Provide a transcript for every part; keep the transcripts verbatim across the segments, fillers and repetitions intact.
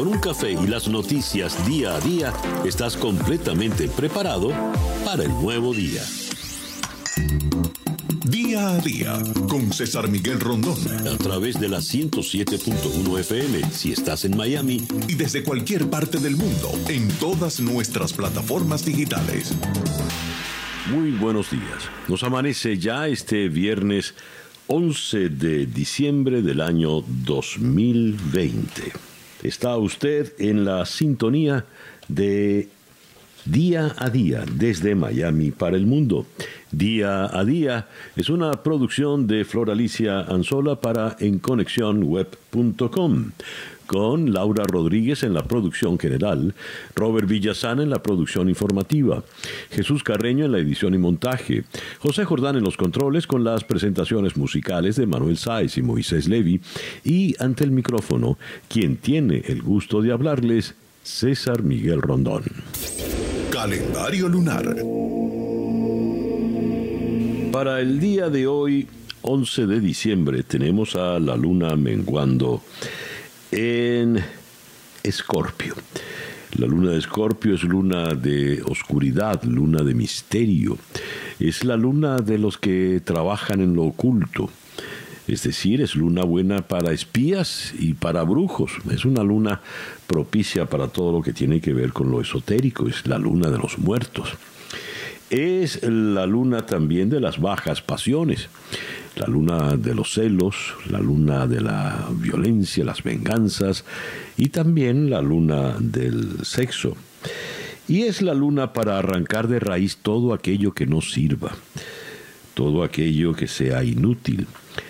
con un café y las noticias día a día, estás completamente preparado para el nuevo día. Día a día con César Miguel Rondón. A través de la ciento siete punto uno F M si estás en Miami. Y desde cualquier parte del mundo en todas nuestras plataformas digitales. Muy buenos días. Nos amanece ya este viernes once de diciembre del año dos mil veinte. Está usted en la sintonía de Día a Día desde Miami para el mundo. Día a Día es una producción de Flor Alicia Anzola para en conexión web punto com, con Laura Rodríguez en la producción general, Robert Villasana en la producción informativa, Jesús Carreño en la edición y montaje, José Jordán en los controles con las presentaciones musicales de Manuel Sáez y Moisés Levi, y ante el micrófono, quien tiene el gusto de hablarles, César Miguel Rondón. Calendario lunar. Para el día de hoy, once de diciembre, tenemos a la luna menguando en Escorpio. La luna de Escorpio es luna de oscuridad, luna de misterio. Es la luna de los que trabajan en lo oculto. Es decir, es luna buena para espías y para brujos. Es una luna propicia para todo lo que tiene que ver con lo esotérico. Es la luna de los muertos. Es la luna también de las bajas pasiones. La luna de los celos, la luna de la violencia, las venganzas y también la luna del sexo. Y es la luna para arrancar de raíz todo aquello que no sirva, todo aquello que sea inútil.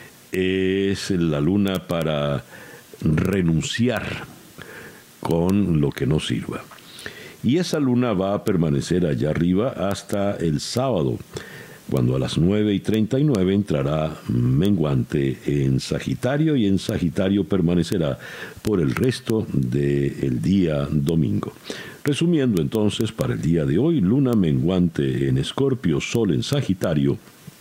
Es la luna para renunciar con lo que no sirva. Y esa luna va a permanecer allá arriba hasta el sábado, cuando a las nueve y treinta y nueve entrará menguante en Sagitario, y en Sagitario permanecerá por el resto del día domingo. Resumiendo entonces, para el día de hoy, luna menguante en Escorpio, sol en Sagitario,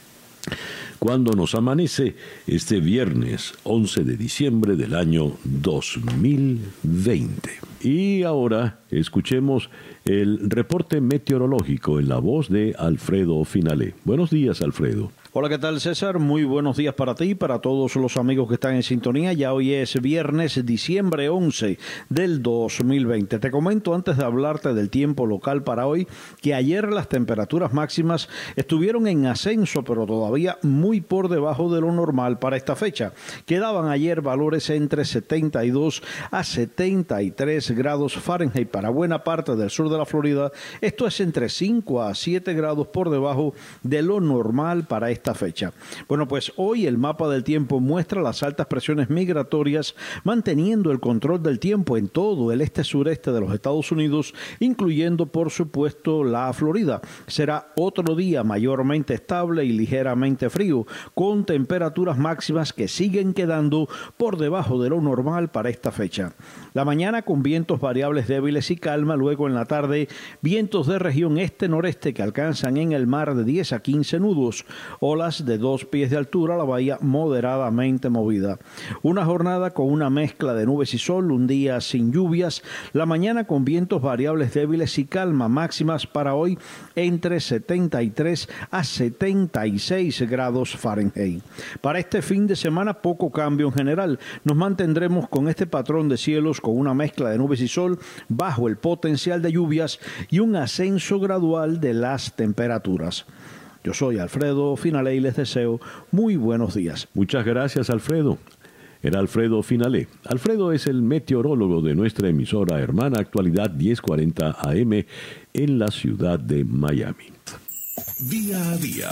cuando nos amanece este viernes once de diciembre del año dos mil veinte. Y ahora escuchemos el reporte meteorológico en la voz de Alfredo Finalé. Buenos días, Alfredo. Hola, ¿qué tal, César? Muy buenos días para ti y para todos los amigos que están en sintonía. Ya hoy es viernes, diciembre once del dos mil veinte. Te comento antes de hablarte del tiempo local para hoy que ayer las temperaturas máximas estuvieron en ascenso, pero todavía muy por debajo de lo normal para esta fecha. Quedaban ayer valores entre setenta y dos a setenta y tres grados Fahrenheit para buena parte del sur de la Florida. Esto es entre cinco a siete grados por debajo de lo normal para esta esta fecha. Bueno, pues hoy el mapa del tiempo muestra las altas presiones migratorias manteniendo el control del tiempo en todo el este-sureste de los Estados Unidos, incluyendo por supuesto la Florida. Será otro día mayormente estable y ligeramente frío, con temperaturas máximas que siguen quedando por debajo de lo normal para esta fecha. La mañana con vientos variables débiles y calma, luego en la tarde vientos de región este-noreste que alcanzan en el mar de diez a quince nudos, olas de dos pies de altura, la bahía moderadamente movida. Una jornada con una mezcla de nubes y sol, un día sin lluvias, la mañana con vientos variables débiles y calma, máximas para hoy entre setenta y tres a setenta y seis grados Fahrenheit. Para este fin de semana poco cambio en general, nos mantendremos con este patrón de cielos con una mezcla de nubes y sol bajo el potencial de lluvias y un ascenso gradual de las temperaturas. Yo soy Alfredo Finalé y les deseo muy buenos días. Muchas gracias, Alfredo. Era Alfredo Finalé. Alfredo es el meteorólogo de nuestra emisora hermana Actualidad diez cuarenta A M en la ciudad de Miami. Día a día.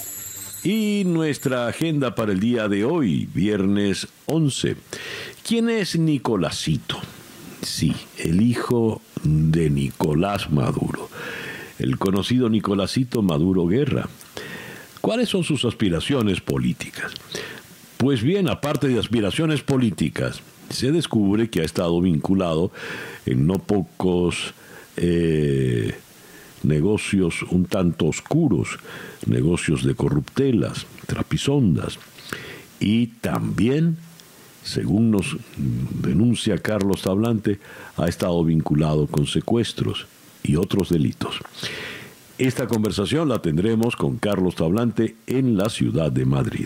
Y nuestra agenda para el día de hoy, viernes once. ¿Quién es Nicolásito? Sí, el hijo de Nicolás Maduro, el conocido Nicolásito Maduro Guerra. ¿Cuáles son sus aspiraciones políticas? Pues bien, aparte de aspiraciones políticas, se descubre que ha estado vinculado en no pocos eh, negocios un tanto oscuros, negocios de corruptelas, trapisondas, y también según nos denuncia Carlos Tablante, ha estado vinculado con secuestros y otros delitos. Esta conversación la tendremos con Carlos Tablante en la ciudad de Madrid.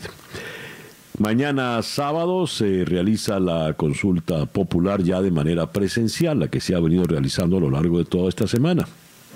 Mañana sábado se realiza la consulta popular ya de manera presencial, la que se ha venido realizando a lo largo de toda esta semana.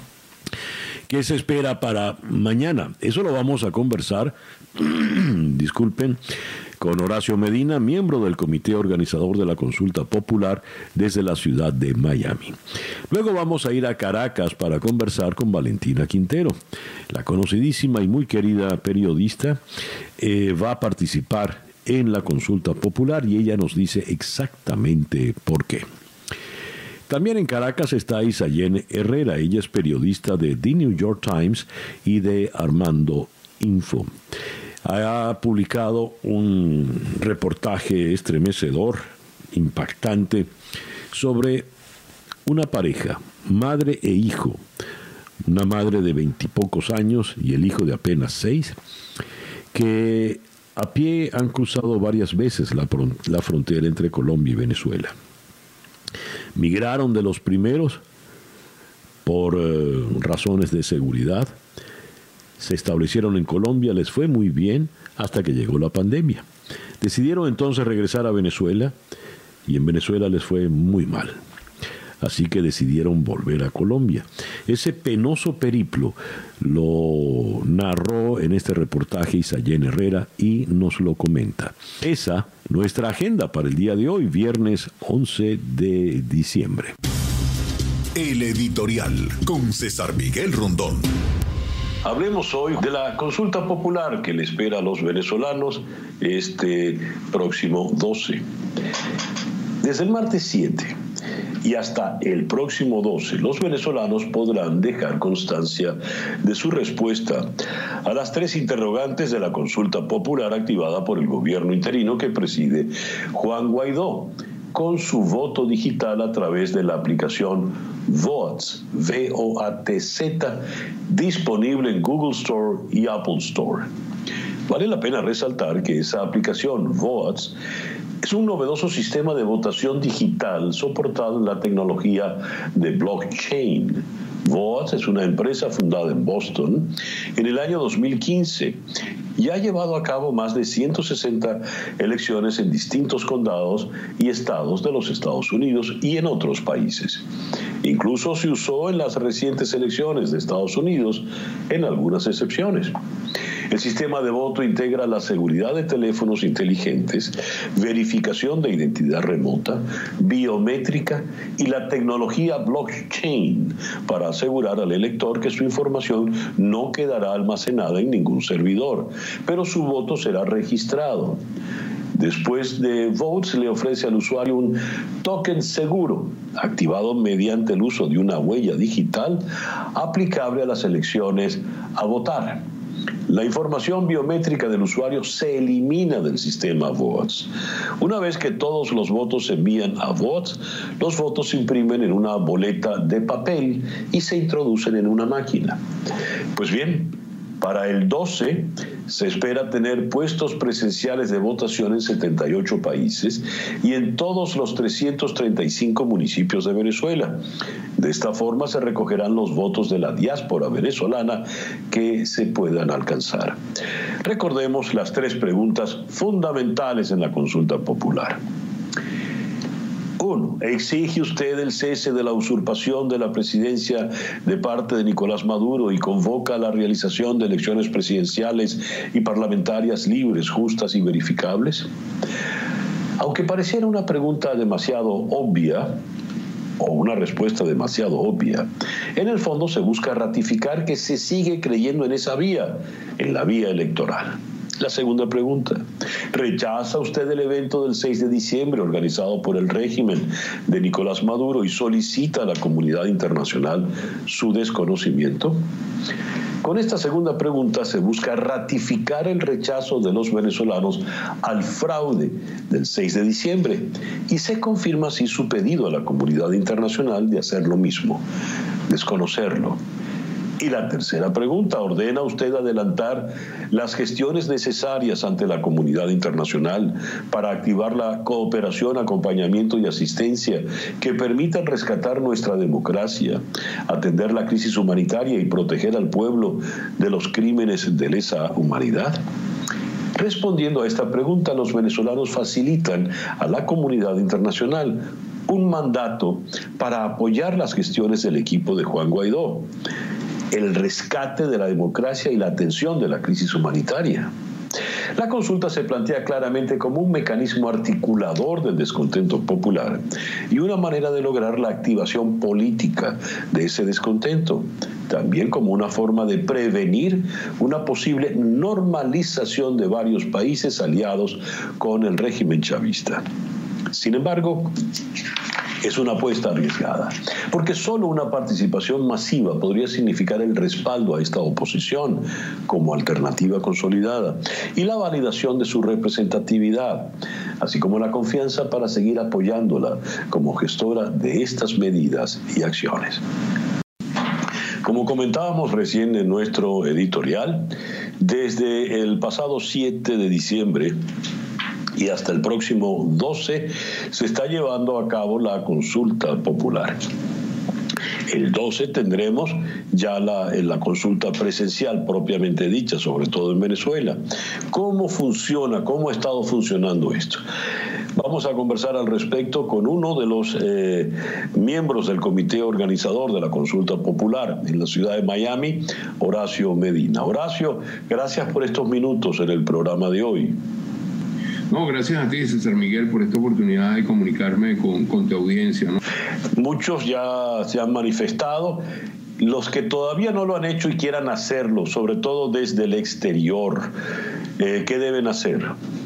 ¿Qué se espera para mañana? Eso lo vamos a conversar, disculpen, con Horacio Medina, miembro del comité organizador de la consulta popular desde la ciudad de Miami. Luego vamos a ir a Caracas para conversar con Valentina Quintero. La conocidísima y muy querida periodista eh, va a participar en la consulta popular y ella nos dice exactamente por qué. También en Caracas está Isayene Herrera. Ella es periodista de The New York Times y de Armando Info. Ha publicado un reportaje estremecedor, impactante, sobre una pareja, madre e hijo. Una madre de veintipocos años y el hijo de apenas seis, que a pie han cruzado varias veces la, la frontera entre Colombia y Venezuela. Migraron de los primeros por eh, razones de seguridad. Se establecieron en Colombia, les fue muy bien hasta que llegó la pandemia. Decidieron entonces regresar a Venezuela y en Venezuela les fue muy mal. Así que decidieron volver a Colombia. Ese penoso periplo lo narró en este reportaje Isayene Herrera y nos lo comenta. Esa, nuestra agenda para el día de hoy, viernes once de diciembre. El editorial con César Miguel Rondón. Hablemos hoy de la consulta popular que le espera a los venezolanos este próximo doce. Desde el martes siete y hasta el próximo doce, los venezolanos podrán dejar constancia de su respuesta a las tres interrogantes de la consulta popular activada por el gobierno interino que preside Juan Guaidó, con su voto digital a través de la aplicación Voatz, V O A T Z, disponible en Google Store y Apple Store. Vale la pena resaltar que esa aplicación Voatz es un novedoso sistema de votación digital soportado en la tecnología de blockchain. Voatz es una empresa fundada en Boston en el año dos mil quince y ha llevado a cabo más de ciento sesenta elecciones en distintos condados y estados de los Estados Unidos y en otros países. Incluso se usó en las recientes elecciones de Estados Unidos, en algunas excepciones. El sistema de voto integra la seguridad de teléfonos inteligentes, verificación de identidad remota, biométrica y la tecnología blockchain para asegurar al elector que su información no quedará almacenada en ningún servidor, pero su voto será registrado. Después de Voatz le ofrece al usuario un token seguro, activado mediante el uso de una huella digital aplicable a las elecciones a votar. La información biométrica del usuario se elimina del sistema Voatz. Una vez que todos los votos se envían a Voatz, los votos se imprimen en una boleta de papel y se introducen en una máquina. Pues bien, para el doce se espera tener puestos presenciales de votación en setenta y ocho países y en todos los trescientos treinta y cinco municipios de Venezuela. De esta forma se recogerán los votos de la diáspora venezolana que se puedan alcanzar. Recordemos las tres preguntas fundamentales en la consulta popular. Uno, ¿exige usted el cese de la usurpación de la presidencia de parte de Nicolás Maduro y convoca a la realización de elecciones presidenciales y parlamentarias libres, justas y verificables? Aunque pareciera una pregunta demasiado obvia, o una respuesta demasiado obvia, en el fondo se busca ratificar que se sigue creyendo en esa vía, en la vía electoral. La segunda pregunta, ¿rechaza usted el evento del seis de diciembre organizado por el régimen de Nicolás Maduro y solicita a la comunidad internacional su desconocimiento? Con esta segunda pregunta se busca ratificar el rechazo de los venezolanos al fraude del seis de diciembre y se confirma así su pedido a la comunidad internacional de hacer lo mismo, desconocerlo. Y la tercera pregunta, ¿ordena usted adelantar las gestiones necesarias ante la comunidad internacional para activar la cooperación, acompañamiento y asistencia que permitan rescatar nuestra democracia, atender la crisis humanitaria y proteger al pueblo de los crímenes de lesa humanidad? Respondiendo a esta pregunta, los venezolanos facilitan a la comunidad internacional un mandato para apoyar las gestiones del equipo de Juan Guaidó, el rescate de la democracia y la atención de la crisis humanitaria. La consulta se plantea claramente como un mecanismo articulador del descontento popular y una manera de lograr la activación política de ese descontento, también como una forma de prevenir una posible normalización de varios países aliados con el régimen chavista. Sin embargo, es una apuesta arriesgada, porque solo una participación masiva podría significar el respaldo a esta oposición como alternativa consolidada y la validación de su representatividad, así como la confianza para seguir apoyándola como gestora de estas medidas y acciones. Como comentábamos recién en nuestro editorial, desde el pasado siete de diciembre y hasta el próximo doce se está llevando a cabo la consulta popular. El doce tendremos ya la, la consulta presencial propiamente dicha, sobre todo en Venezuela. ¿Cómo funciona? ¿Cómo ha estado funcionando esto? Vamos a conversar al respecto con uno de los eh, miembros del comité organizador de la consulta popular en la ciudad de Miami, Horacio Medina. Horacio, gracias por estos minutos en el programa de hoy. No, gracias a ti, César Miguel, por esta oportunidad de comunicarme con, con tu audiencia, ¿no? Muchos ya se han manifestado. Los que todavía no lo han hecho y quieran hacerlo, sobre todo desde el exterior, eh, ¿qué deben hacer?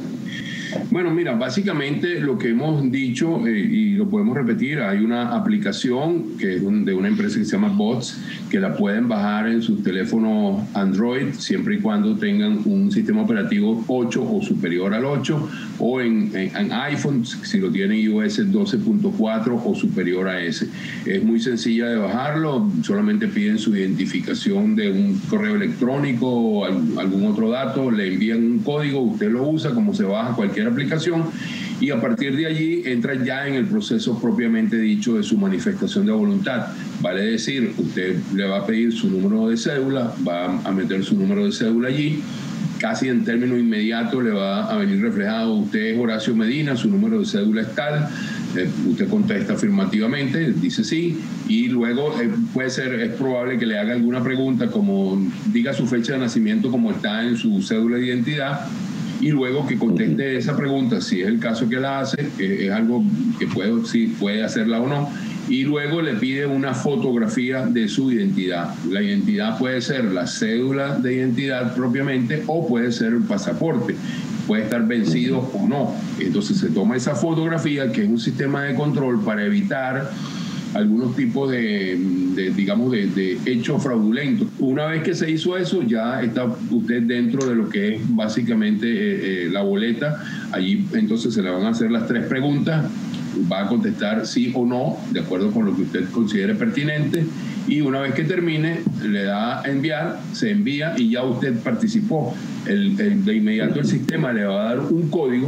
Bueno, mira, básicamente lo que hemos dicho, eh, y lo podemos repetir, hay una aplicación que es un, de una empresa que se llama Bots, que la pueden bajar en sus teléfonos Android, siempre y cuando tengan un sistema operativo ocho o superior al ocho, o en, en, en iPhone, si lo tienen i O S doce punto cuatro o superior a ese. Es muy sencilla de bajarlo, solamente piden su identificación de un correo electrónico o algún otro dato, le envían un código, usted lo usa como se baja cualquier aplicación y a partir de allí entra ya en el proceso propiamente dicho de su manifestación de voluntad. Vale decir, usted le va a pedir su número de cédula, va a meter su número de cédula allí, casi en términos inmediatos le va a venir reflejado: usted es Horacio Medina, su número de cédula es tal, eh, usted contesta afirmativamente, dice sí, y luego eh, puede ser, es probable que le haga alguna pregunta como diga su fecha de nacimiento como está en su cédula de identidad, y luego que conteste esa pregunta, si es el caso que la hace, eh, es algo que puede, si puede hacerla o no, y luego le pide una fotografía de su identidad. La identidad puede ser la cédula de identidad propiamente o puede ser el pasaporte, puede estar vencido o no. Entonces se toma esa fotografía, que es un sistema de control para evitar algunos tipos de, de digamos, de, de hechos fraudulentos. Una vez que se hizo eso, ya está usted dentro de lo que es básicamente eh, eh, la boleta. Allí entonces se le van a hacer las tres preguntas, va a contestar sí o no, de acuerdo con lo que usted considere pertinente, y una vez que termine, le da a enviar, se envía y ya usted participó. El, el, de inmediato el sistema le va a dar un código,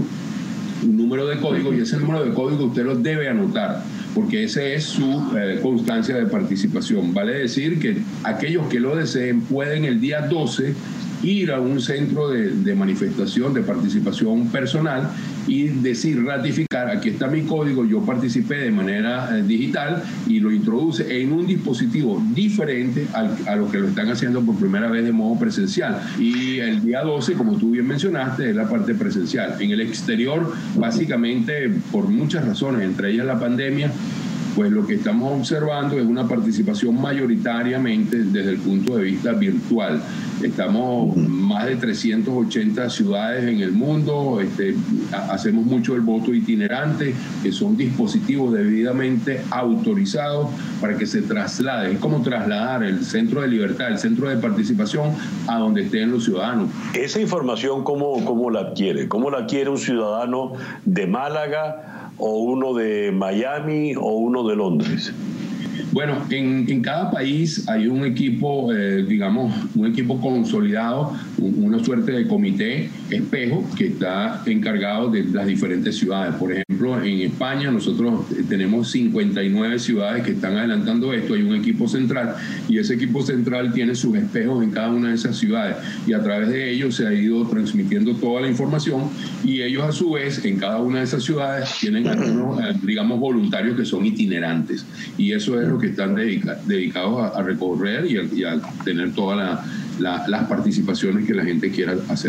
un número de código, y ese número de código usted lo debe anotar, porque esa es su eh, constancia de participación. Vale decir que aquellos que lo deseen pueden el día doce ir a un centro de, de manifestación, de participación personal y decir, ratificar, aquí está mi código, yo participé de manera eh, digital, y lo introduce en un dispositivo diferente al, a lo que lo están haciendo por primera vez de modo presencial. Y el día doce, como tú bien mencionaste, es la parte presencial. En el exterior, básicamente, por muchas razones, entre ellas la pandemia, pues lo que estamos observando es una participación mayoritariamente desde el punto de vista virtual. Estamos más de trescientas ochenta ciudades en el mundo, este, hacemos mucho el voto itinerante, que son dispositivos debidamente autorizados para que se traslade. Es como trasladar el centro de libertad, el centro de participación a donde estén los ciudadanos. Esa información, ¿cómo, cómo la adquiere? ¿Cómo la adquiere un ciudadano de Málaga, o uno de Miami, o uno de Londres? Bueno, en, en cada país hay un equipo, eh, digamos, un equipo consolidado, una suerte de comité espejo que está encargado de las diferentes ciudades. Por ejemplo, en España nosotros tenemos cincuenta y nueve ciudades que están adelantando esto. Hay un equipo central y ese equipo central tiene sus espejos en cada una de esas ciudades y a través de ellos se ha ido transmitiendo toda la información y ellos a su vez en cada una de esas ciudades tienen algunos, digamos, voluntarios que son itinerantes y eso es lo que están dedica, dedicados a, a recorrer y a, y a tener todas la, la, las participaciones que la gente quiera hacer.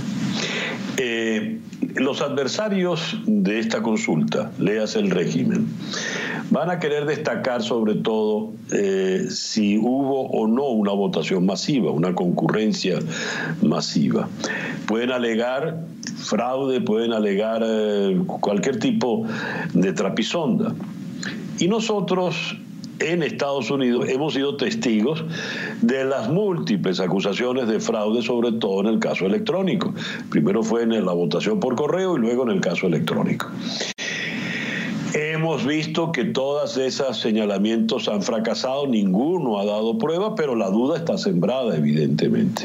Eh, los adversarios de esta consulta, léase el régimen, van a querer destacar sobre todo eh, si hubo o no una votación masiva, una concurrencia masiva. Pueden alegar fraude, pueden alegar eh, cualquier tipo de trapisonda. Y nosotros en Estados Unidos hemos sido testigos de las múltiples acusaciones de fraude, sobre todo en el caso electrónico. Primero fue en la votación por correo y luego en el caso electrónico. Hemos visto que todos esos señalamientos han fracasado, ninguno ha dado prueba, pero la duda está sembrada evidentemente.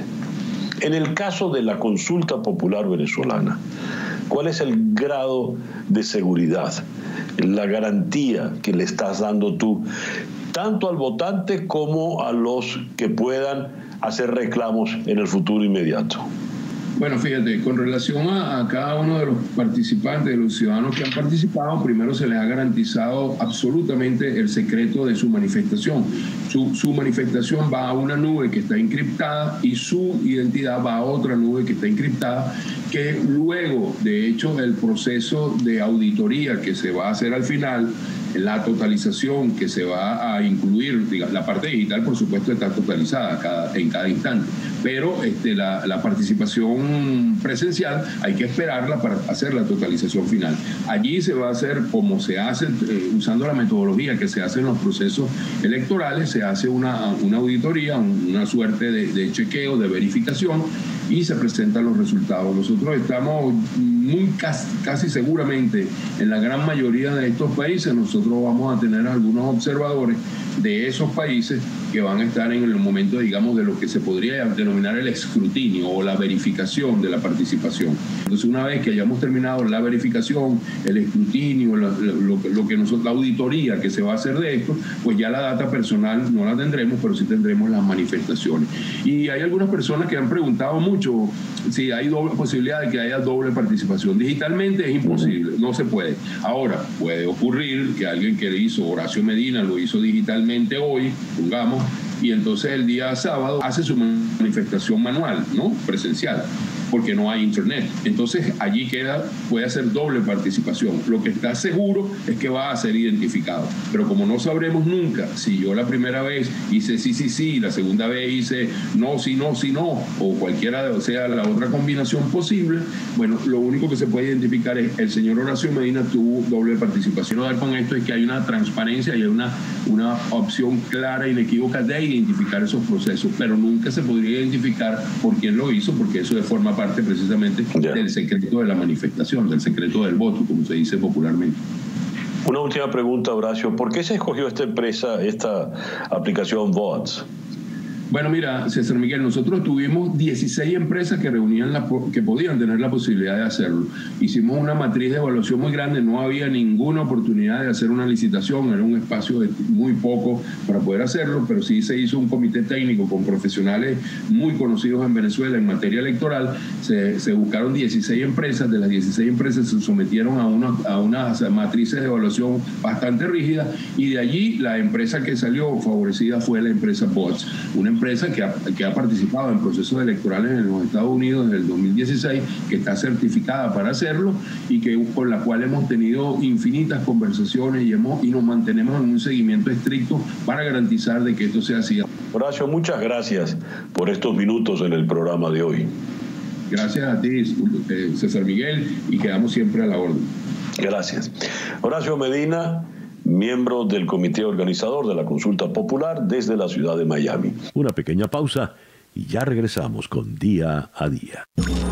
En el caso de la consulta popular venezolana, ¿cuál es el grado de seguridad, la garantía que le estás dando tú, tanto al votante como a los que puedan hacer reclamos en el futuro inmediato? Bueno, fíjate, con relación a, a cada uno de los participantes, de los ciudadanos que han participado, primero se les ha garantizado absolutamente el secreto de su manifestación. Su, su manifestación va a una nube que está encriptada y su identidad va a otra nube que está encriptada, que luego, de hecho, el proceso de auditoría que se va a hacer al final, la totalización que se va a incluir, digamos, la parte digital por supuesto está totalizada cada, en cada instante, pero este, la, la participación presencial hay que esperarla para hacer la totalización final. Allí se va a hacer como se hace, eh, usando la metodología que se hace en los procesos electorales, se hace una, una auditoría, una suerte de, de chequeo, de verificación y se presentan los resultados. Nosotros estamos muy casi, casi seguramente en la gran mayoría de estos países, nosotros vamos a tener algunos observadores de esos países que van a estar en el momento, digamos, de lo que se podría denominar el escrutinio o la verificación de la participación. Entonces, una vez que hayamos terminado la verificación, el escrutinio, lo, lo, lo que nosotros, la auditoría que se va a hacer de esto, pues ya la data personal no la tendremos, pero sí tendremos las manifestaciones. Y hay algunas personas que han preguntado mucho si hay doble posibilidad de que haya doble participación. Digitalmente es imposible, no se puede. Ahora, puede ocurrir que alguien que hizo, Horacio Medina, lo hizo digitalmente hoy, pongamos, y entonces el día sábado hace su manifestación manual, ¿no? Presencial, porque no hay internet. Entonces allí queda, puede hacer doble participación. Lo que está seguro es que va a ser identificado. Pero como no sabremos nunca si yo la primera vez hice sí, sí, sí, la segunda vez hice no, sí, no, sí, no, o cualquiera sea la otra combinación posible, bueno, lo único que se puede identificar es el señor Horacio Medina tuvo doble participación. Lo que con esto es que hay una transparencia y hay una, una opción clara e inequívoca de identificar esos procesos, pero nunca se podría identificar por quién lo hizo, porque eso de forma parte precisamente yeah. del secreto de la manifestación, del secreto del voto, como se dice popularmente. Una última pregunta, Horacio. ¿Por qué se escogió esta empresa, esta aplicación Bots? Bueno, mira, César Miguel, nosotros tuvimos dieciséis empresas que reunían la, que podían tener la posibilidad de hacerlo. Hicimos una matriz de evaluación muy grande, no había ninguna oportunidad de hacer una licitación, era un espacio de muy poco para poder hacerlo, pero sí se hizo un comité técnico con profesionales muy conocidos en Venezuela en materia electoral. Se, se buscaron dieciséis empresas, de las dieciséis empresas se sometieron a, una, a unas matrices de evaluación bastante rígidas y de allí la empresa que salió favorecida fue la empresa Bots, una empresa que ha, que ha participado en procesos electorales en los Estados Unidos desde el dos mil dieciséis, que está certificada para hacerlo y que con la cual hemos tenido infinitas conversaciones y, hemos, y nos mantenemos en un seguimiento estricto para garantizar de que esto sea así. Horacio, muchas gracias por estos minutos en el programa de hoy. Gracias a ti, César Miguel, y quedamos siempre a la orden. Gracias. Horacio Medina, miembro del comité organizador de la consulta popular desde la ciudad de Miami. Una pequeña pausa y ya regresamos con Día a Día.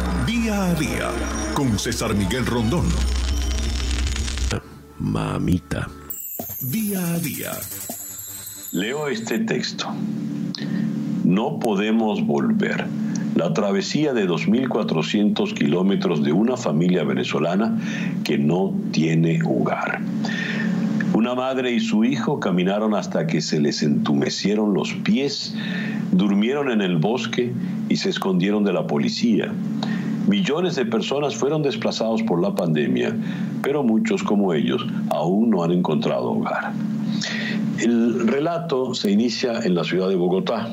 Día a Día con César Miguel Rondón. Mamita. Día a Día. Leo este texto. No podemos volver. La travesía de dos mil cuatrocientos kilómetros de una familia venezolana que no tiene hogar. Una madre y su hijo caminaron hasta que se les entumecieron los pies, durmieron en el bosque y se escondieron de la policía. Millones de personas fueron desplazados por la pandemia, pero muchos como ellos aún no han encontrado hogar. El relato se inicia en la ciudad de Bogotá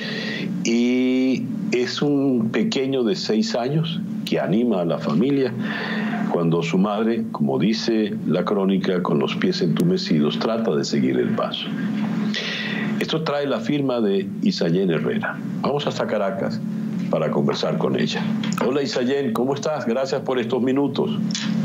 y es un pequeño de seis años que anima a la familia cuando su madre, como dice la crónica, con los pies entumecidos, trata de seguir el paso. Esto trae la firma de Isayen Herrera. Vamos hasta Caracas para conversar con ella. Hola Isayen, ¿cómo estás? Gracias por estos minutos.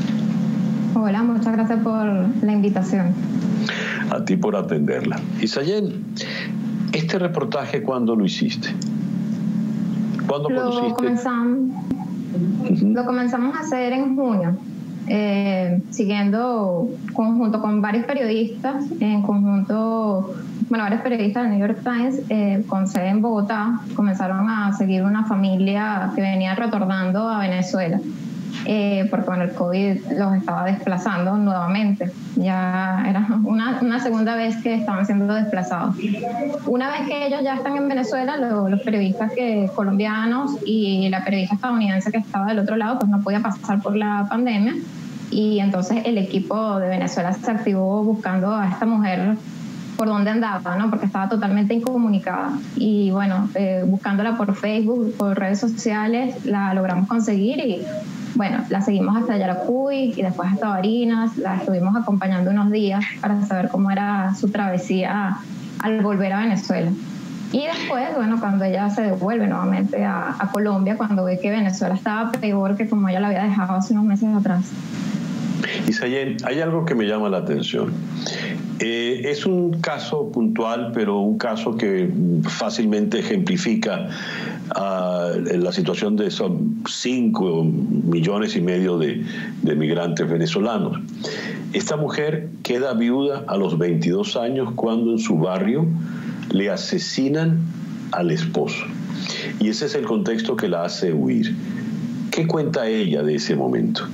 Hola, muchas gracias por la invitación. A ti por atenderla. Isayen, ¿este reportaje cuándo lo hiciste? ¿Cuándo lo conociste? Comenzamos, uh-huh. Lo comenzamos a hacer en junio, eh, siguiendo conjunto con varios periodistas, en conjunto, bueno, varios periodistas del New York Times, eh, con sede en Bogotá, comenzaron a seguir una familia que venía retornando a Venezuela. Eh, porque bueno, el COVID los estaba desplazando nuevamente. Ya era una, una segunda vez que estaban siendo desplazados. Una vez que ellos ya están en Venezuela, lo, los periodistas que, colombianos y la periodista estadounidense que estaba del otro lado, pues no podía pasar por la pandemia. Y entonces el equipo de Venezuela se activó buscando a esta mujer por dónde andaba, ¿no? Porque estaba totalmente incomunicada. Y bueno, eh, buscándola por Facebook, por redes sociales, la logramos conseguir y bueno, la seguimos hasta Yaracuy y después hasta Barinas. La estuvimos acompañando unos días para saber cómo era su travesía al volver a Venezuela. Y después, bueno, cuando ella se devuelve nuevamente a, a Colombia, cuando ve que Venezuela estaba peor que como ella la había dejado hace unos meses atrás. Isayen, hay algo que me llama la atención. Eh, es un caso puntual, pero un caso que fácilmente ejemplifica uh, la situación de esos cinco millones y medio de, de migrantes venezolanos. Esta mujer queda viuda a los veintidós años cuando en su barrio le asesinan al esposo. Y ese es el contexto que la hace huir. ¿Qué cuenta ella de ese momento?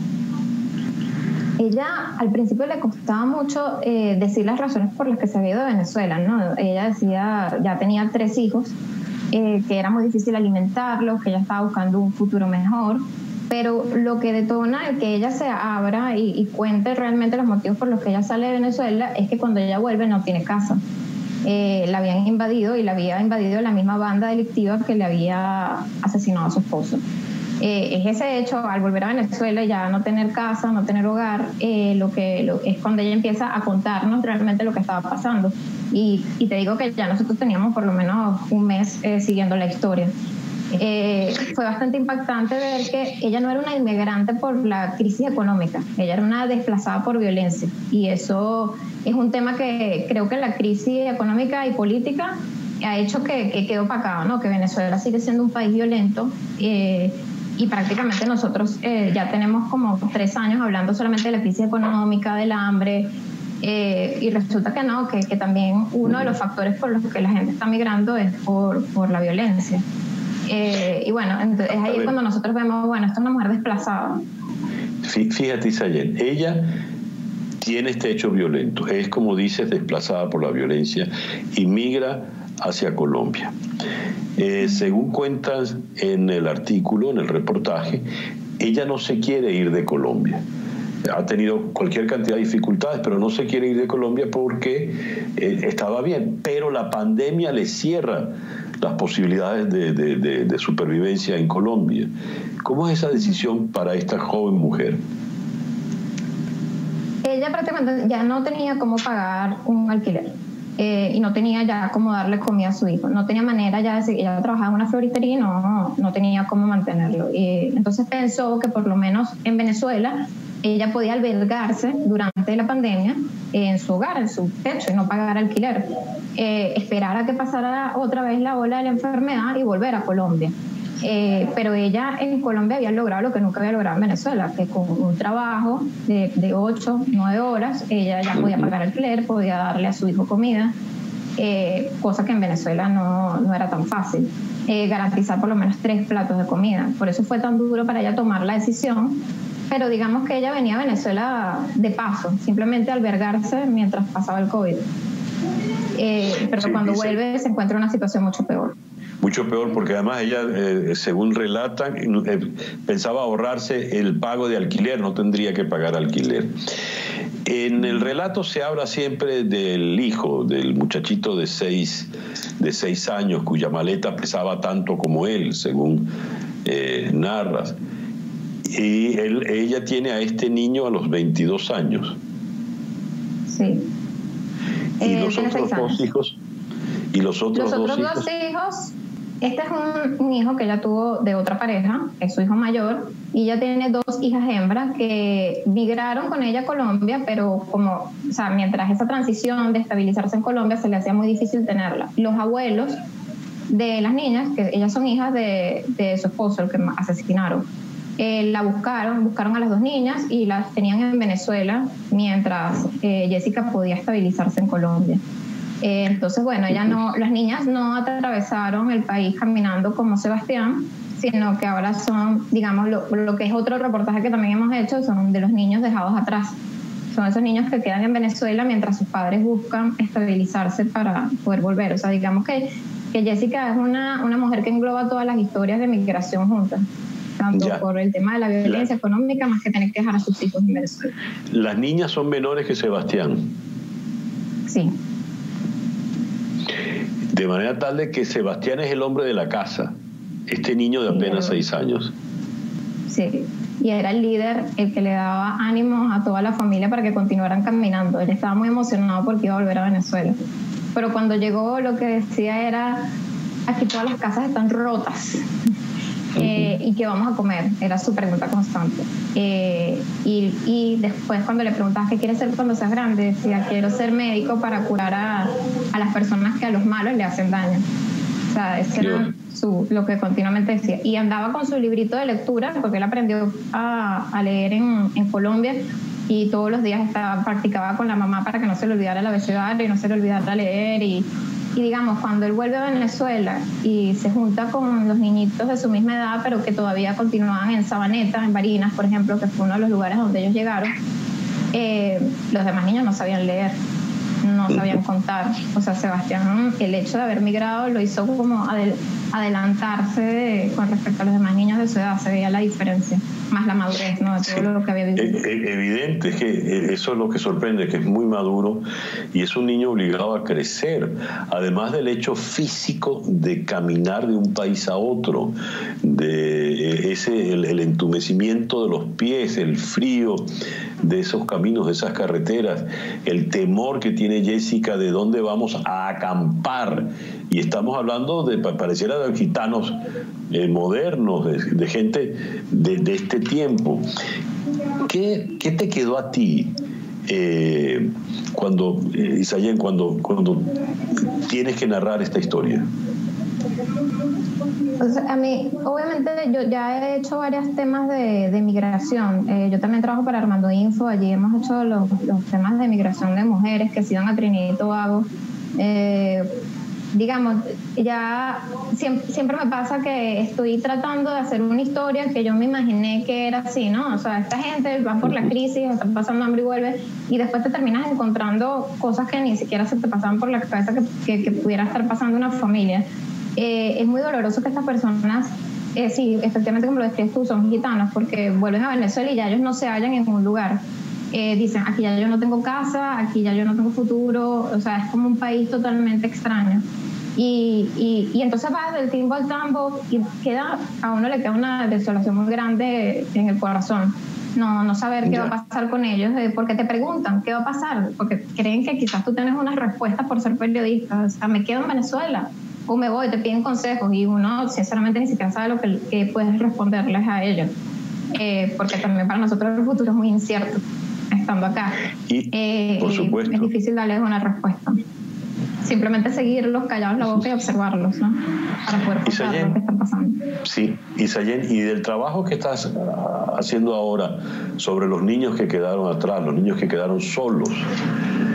Ella al principio le costaba mucho eh, decir las razones por las que se había ido de Venezuela, ¿no? Ella decía, ya tenía tres hijos, eh, que era muy difícil alimentarlos, que ella estaba buscando un futuro mejor, pero lo que detona el que ella se abra y, y cuente realmente los motivos por los que ella sale de Venezuela es que cuando ella vuelve no tiene casa. Eh, la habían invadido y la había invadido la misma banda delictiva que le había asesinado a su esposo. Eh, es ese hecho, al volver a Venezuela y ya no tener casa, no tener hogar, eh, lo que lo, es cuando ella empieza a contarnos realmente lo que estaba pasando. Y, y te digo que ya nosotros teníamos por lo menos un mes eh, siguiendo la historia. Eh, fue bastante impactante ver que ella no era una inmigrante por la crisis económica, ella era una desplazada por violencia. Y eso es un tema que creo que la crisis económica y política ha hecho que, que quede opacado, ¿no? Que Venezuela sigue siendo un país violento. Eh, Y prácticamente nosotros eh, ya tenemos como tres años hablando solamente de la crisis económica, del hambre, eh, y resulta que no, que, que también uno de los factores por los que la gente está migrando es por, por la violencia. Eh, y bueno, entonces es ahí cuando nosotros vemos, bueno, esta es una mujer desplazada. Fíjate, Isayen, ella tiene este hecho violento, es como dices, desplazada por la violencia y migra hacia Colombia. Eh, según cuentas en el artículo, en el reportaje, ella no se quiere ir de Colombia. Ha tenido cualquier cantidad de dificultades, pero no se quiere ir de Colombia porque eh, estaba bien. Pero la pandemia le cierra las posibilidades de, de, de, de supervivencia en Colombia. ¿Cómo es esa decisión para esta joven mujer? Ella prácticamente ya no tenía cómo pagar un alquiler. Eh, y no tenía ya cómo darle comida a su hijo, no tenía manera ya de seguir. Ella trabajaba en una floristería y no, no tenía cómo mantenerlo. Y entonces pensó que por lo menos en Venezuela ella podía albergarse durante la pandemia en su hogar, en su techo, y no pagar alquiler. Eh, esperar a que pasara otra vez la ola de la enfermedad y volver a Colombia. Eh, pero ella en Colombia había logrado lo que nunca había logrado en Venezuela, que con un trabajo de, de ocho, nueve horas, ella ya podía pagar alquiler, podía darle a su hijo comida. eh, cosa que en Venezuela no, no era tan fácil, eh, garantizar por lo menos tres platos de comida. Por eso fue tan duro para ella tomar la decisión, pero digamos que ella venía a Venezuela de paso, simplemente a albergarse mientras pasaba el COVID. Eh, pero sí, cuando dice, vuelve se encuentra en una situación mucho peor. Mucho peor, porque además ella, eh, según relatan, eh, pensaba ahorrarse el pago de alquiler, no tendría que pagar alquiler. En el relato se habla siempre del hijo, del muchachito de seis, de seis años, cuya maleta pesaba tanto como él, según eh, narras. Y él, ella tiene a este niño a los veintidós años. Sí. ¿Y eh, los otros dos hijos? ¿Y los otros, los dos, otros hijos? dos hijos? Este es un, un hijo que ella tuvo de otra pareja, es su hijo mayor, y ella tiene dos hijas hembras que migraron con ella a Colombia, pero como, o sea, mientras esa transición de estabilizarse en Colombia se le hacía muy difícil tenerla. Los abuelos de las niñas, que ellas son hijas de, de su esposo, el que asesinaron, eh, la buscaron, buscaron a las dos niñas y las tenían en Venezuela mientras eh, Jessica podía estabilizarse en Colombia. Eh, entonces, bueno, ella no, las niñas no atravesaron el país caminando como Sebastián, sino que ahora son, digamos, lo, lo que es otro reportaje que también hemos hecho, son de los niños dejados atrás. Son esos niños que quedan en Venezuela mientras sus padres buscan estabilizarse para poder volver. O sea, digamos que, que Jessica es una, una mujer que engloba todas las historias de migración juntas, tanto ya. por el tema de la violencia la, económica, más que tener que dejar a sus hijos en Venezuela. Las niñas son menores que Sebastián. Sí. De manera tal de que Sebastián es el hombre de la casa, este niño de apenas sí, seis años. Sí, y era el líder, el que le daba ánimos a toda la familia para que continuaran caminando. Él estaba muy emocionado porque iba a volver a Venezuela. Pero cuando llegó, lo que decía era, aquí todas las casas están rotas. Eh, ¿y qué vamos a comer? Era su pregunta constante. Eh, y, y después cuando le preguntabas qué quieres ser cuando seas grande, decía, quiero ser médico para curar a, a las personas que a los malos le hacen daño. O sea, ese era su, lo que continuamente decía. Y andaba con su librito de lectura, porque él aprendió a, a leer en, en Colombia, y todos los días estaba, practicaba con la mamá para que no se le olvidara el abecedario y no se le olvidara leer. Y Y digamos, cuando él vuelve a Venezuela y se junta con los niñitos de su misma edad, pero que todavía continuaban en Sabaneta, en Barinas, por ejemplo, que fue uno de los lugares donde ellos llegaron, eh, los demás niños no sabían leer, no sabían contar. O sea, Sebastián, el hecho de haber migrado lo hizo como adel- adelantarse de, con respecto a los demás niños de su edad, se veía la diferencia, más la madurez, ¿no? De todo sí, lo que había vivido. Es evidente, es que eso es lo que sorprende, que es muy maduro y es un niño obligado a crecer, además del hecho físico de caminar de un país a otro, de ese el, el entumecimiento de los pies, el frío de esos caminos, de esas carreteras, el temor que tiene Jessica de dónde vamos a acampar. Y estamos hablando de, pareciera, de gitanos eh, modernos, de, de gente de, de este tiempo. ¿Qué, qué te quedó a ti eh, cuando, eh, Isayen, cuando, cuando tienes que narrar esta historia? Pues a mí, obviamente, yo ya he hecho varios temas de, de migración. Eh, yo también trabajo para Armando Info. Allí hemos hecho los, los temas de migración de mujeres que se iban a Trinidad y Tobago. Eh, digamos, ya siempre, siempre me pasa que estoy tratando de hacer una historia que yo me imaginé que era así, ¿no? O sea, esta gente va por la crisis, está pasando hambre y vuelve, y después te terminas encontrando cosas que ni siquiera se te pasaban por la cabeza que, que, que pudiera estar pasando una familia. Eh, es muy doloroso que estas personas, eh, sí, efectivamente como lo describes tú, son gitanos, porque vuelven a Venezuela y ya ellos no se hallan en un lugar. Eh, dicen, aquí ya yo no tengo casa, aquí ya yo no tengo futuro, o sea, es como un país totalmente extraño. Y, y, y entonces vas del timbo al tambo y queda, a uno le queda una desolación muy grande en el corazón. No, no saber qué yeah. va a pasar con ellos, eh, porque te preguntan qué va a pasar, porque creen que quizás tú tienes unas respuestas por ser periodista. O sea, me quedo en Venezuela o me voy, te piden consejos y uno sinceramente ni siquiera sabe lo que, que puedes responderles a ellos, eh, porque también para nosotros el futuro es muy incierto estando acá. Y, eh, por supuesto, es difícil darles una respuesta. Simplemente seguirlos callados la boca y observarlos, ¿no? Para poder pasar lo que está pasando. Sí, Isayen, y del trabajo que estás uh, haciendo ahora sobre los niños que quedaron atrás, los niños que quedaron solos,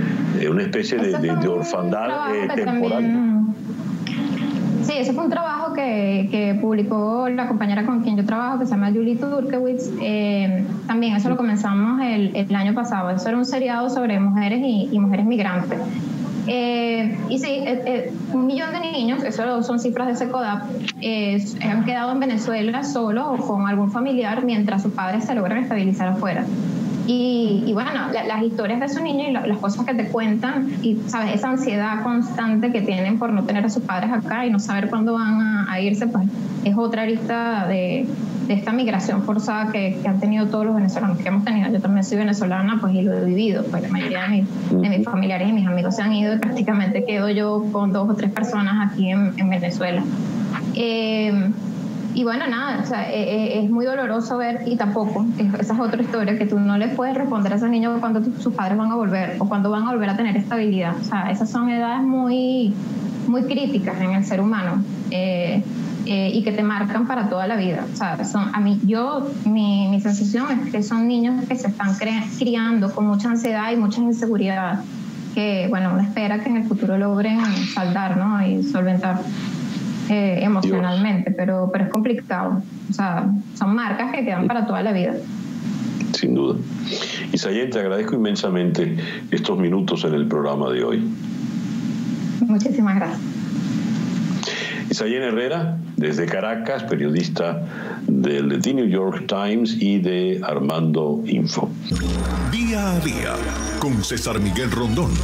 Es una especie de, de, de orfandad eh, temporal. También, sí, ese fue un trabajo que, que publicó la compañera con quien yo trabajo, que se llama Julie Turkewitz. Eh, también eso lo comenzamos el, el año pasado. Eso era un seriado sobre mujeres y, y mujeres migrantes. Eh, y sí, eh, eh, un millón de niños, eso son cifras de SECODAP, eh, han quedado en Venezuela solos o con algún familiar mientras sus padres se logran estabilizar afuera. Y, y bueno, la, las historias de esos niños y la, las cosas que te cuentan, y sabes, esa ansiedad constante que tienen por no tener a sus padres acá y no saber cuándo van a, a irse, pues es otra arista de, de esta migración forzada que, que han tenido todos los venezolanos que hemos tenido. Yo también soy venezolana, pues, y lo he vivido, pues la mayoría de, mi, de mis familiares y mis amigos se han ido y prácticamente quedo yo con dos o tres personas aquí en, en Venezuela. Eh, Y bueno, nada, o sea, es, es muy doloroso ver, y tampoco, esa es otra historia, que tú no le puedes responder a esos niños cuando tu, sus padres van a volver o cuando van a volver a tener estabilidad. O sea, esas son edades muy, muy críticas en el ser humano eh, eh, y que te marcan para toda la vida. O sea, son, a mí, yo, mi, mi sensación es que son niños que se están cre- criando con mucha ansiedad y mucha inseguridad que, bueno, uno espera que en el futuro logren saldar, ¿no? Y solventar. Eh, emocionalmente, pero, pero es complicado. O sea, son marcas que quedan para toda la vida. Sin duda. Isayen, te agradezco inmensamente estos minutos en el programa de hoy. Muchísimas gracias. Isayen Herrera, desde Caracas, periodista del The New York Times y de Armando Info. Día a día, con César Miguel Rondón.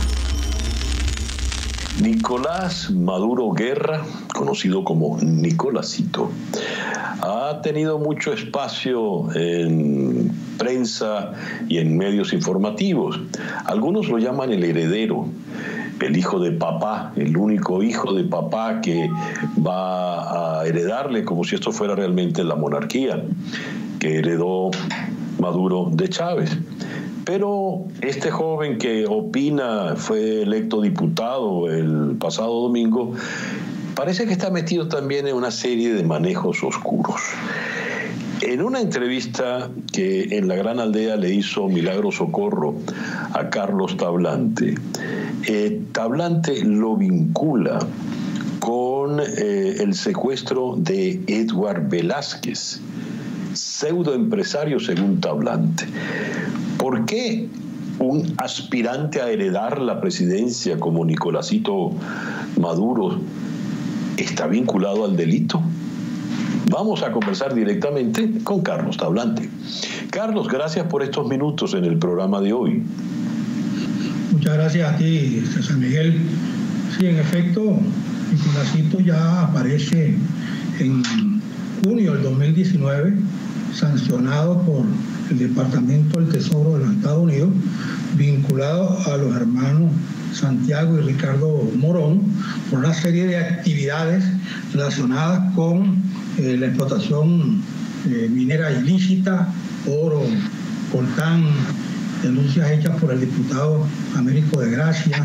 Nicolás Maduro Guerra, conocido como Nicolásito, ha tenido mucho espacio en prensa y en medios informativos. Algunos lo llaman el heredero, el hijo de papá, el único hijo de papá que va a heredarle, como si esto fuera realmente la monarquía que heredó Maduro de Chávez. Pero este joven que opina, fue electo diputado el pasado domingo, parece que está metido también en una serie de manejos oscuros. En una entrevista que en La Gran Aldea le hizo Milagro Socorro a Carlos Tablante, eh, Tablante lo vincula con eh, el secuestro de Edward Velázquez, pseudoempresario según Tablante. ¿Por qué un aspirante a heredar la presidencia como Nicolásito Maduro está vinculado al delito? Vamos a conversar directamente con Carlos Tablante. Carlos, gracias por estos minutos en el programa de hoy. Muchas gracias a ti, César Miguel. Sí, en efecto, Nicolásito ya aparece en junio del dos mil diecinueve, sancionado por el Departamento del Tesoro de los Estados Unidos, vinculado a los hermanos Santiago y Ricardo Morón por una serie de actividades relacionadas con eh, la explotación eh, minera ilícita, oro, coltán, denuncias hechas por el diputado Américo de Gracia.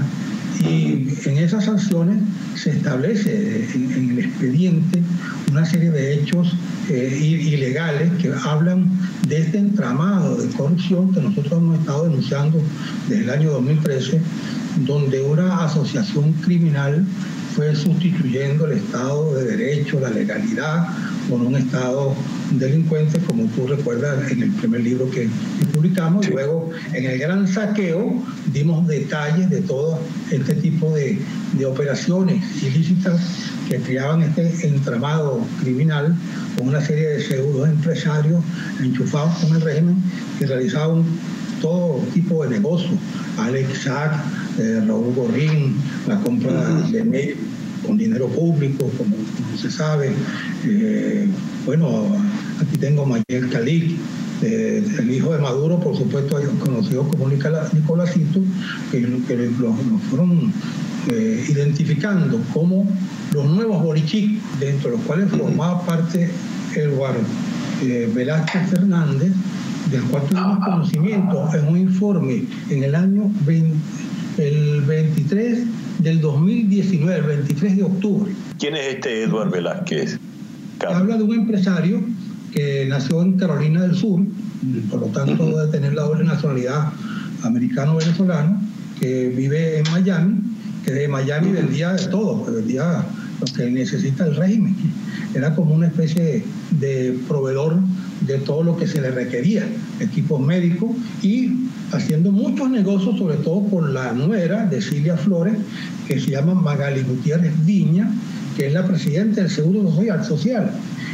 Y en esas sanciones se establece en, en el expediente una serie de hechos eh, ilegales que hablan de este entramado de corrupción que nosotros hemos estado denunciando desde el año dos mil trece, donde una asociación criminal fue sustituyendo el Estado de Derecho, la legalidad, por un Estado delincuente, como tú recuerdas en el primer libro que, que publicamos. Sí. Luego, en el gran saqueo, dimos detalles de todo este tipo de, de operaciones ilícitas que creaban este entramado criminal con una serie de pseudo empresarios enchufados con el régimen que realizaban todo tipo de negocios. Alex Sack, eh, Raúl Gorrín, la compra uh-huh. de medios con dinero público, como, como se sabe. Eh, bueno, aquí tengo a Mayel Khalid, eh, el hijo de Maduro, por supuesto, conocido como Nicolásito, que, que lo, lo fueron eh, identificando como los nuevos borichicos, dentro de los cuales formaba parte Edward eh, Velázquez Fernández, del cual tuvimos conocimiento en un informe en el año veinte, el veintitrés del dos mil diecinueve, el veintitrés de octubre. ¿Quién es este Edward Velázquez? Carlos. Habla de un empresario que nació en Carolina del Sur, por lo tanto debe tener la doble nacionalidad americano-venezolano, que vive en Miami, que de Miami vendía de todo, pues vendía lo que necesita el régimen. Era como una especie de proveedor de todo lo que se le requería, equipos médicos, y haciendo muchos negocios, sobre todo con la nuera de Cilia Flores, que se llama Magali Gutiérrez Viña, que es la presidenta del Seguro Social.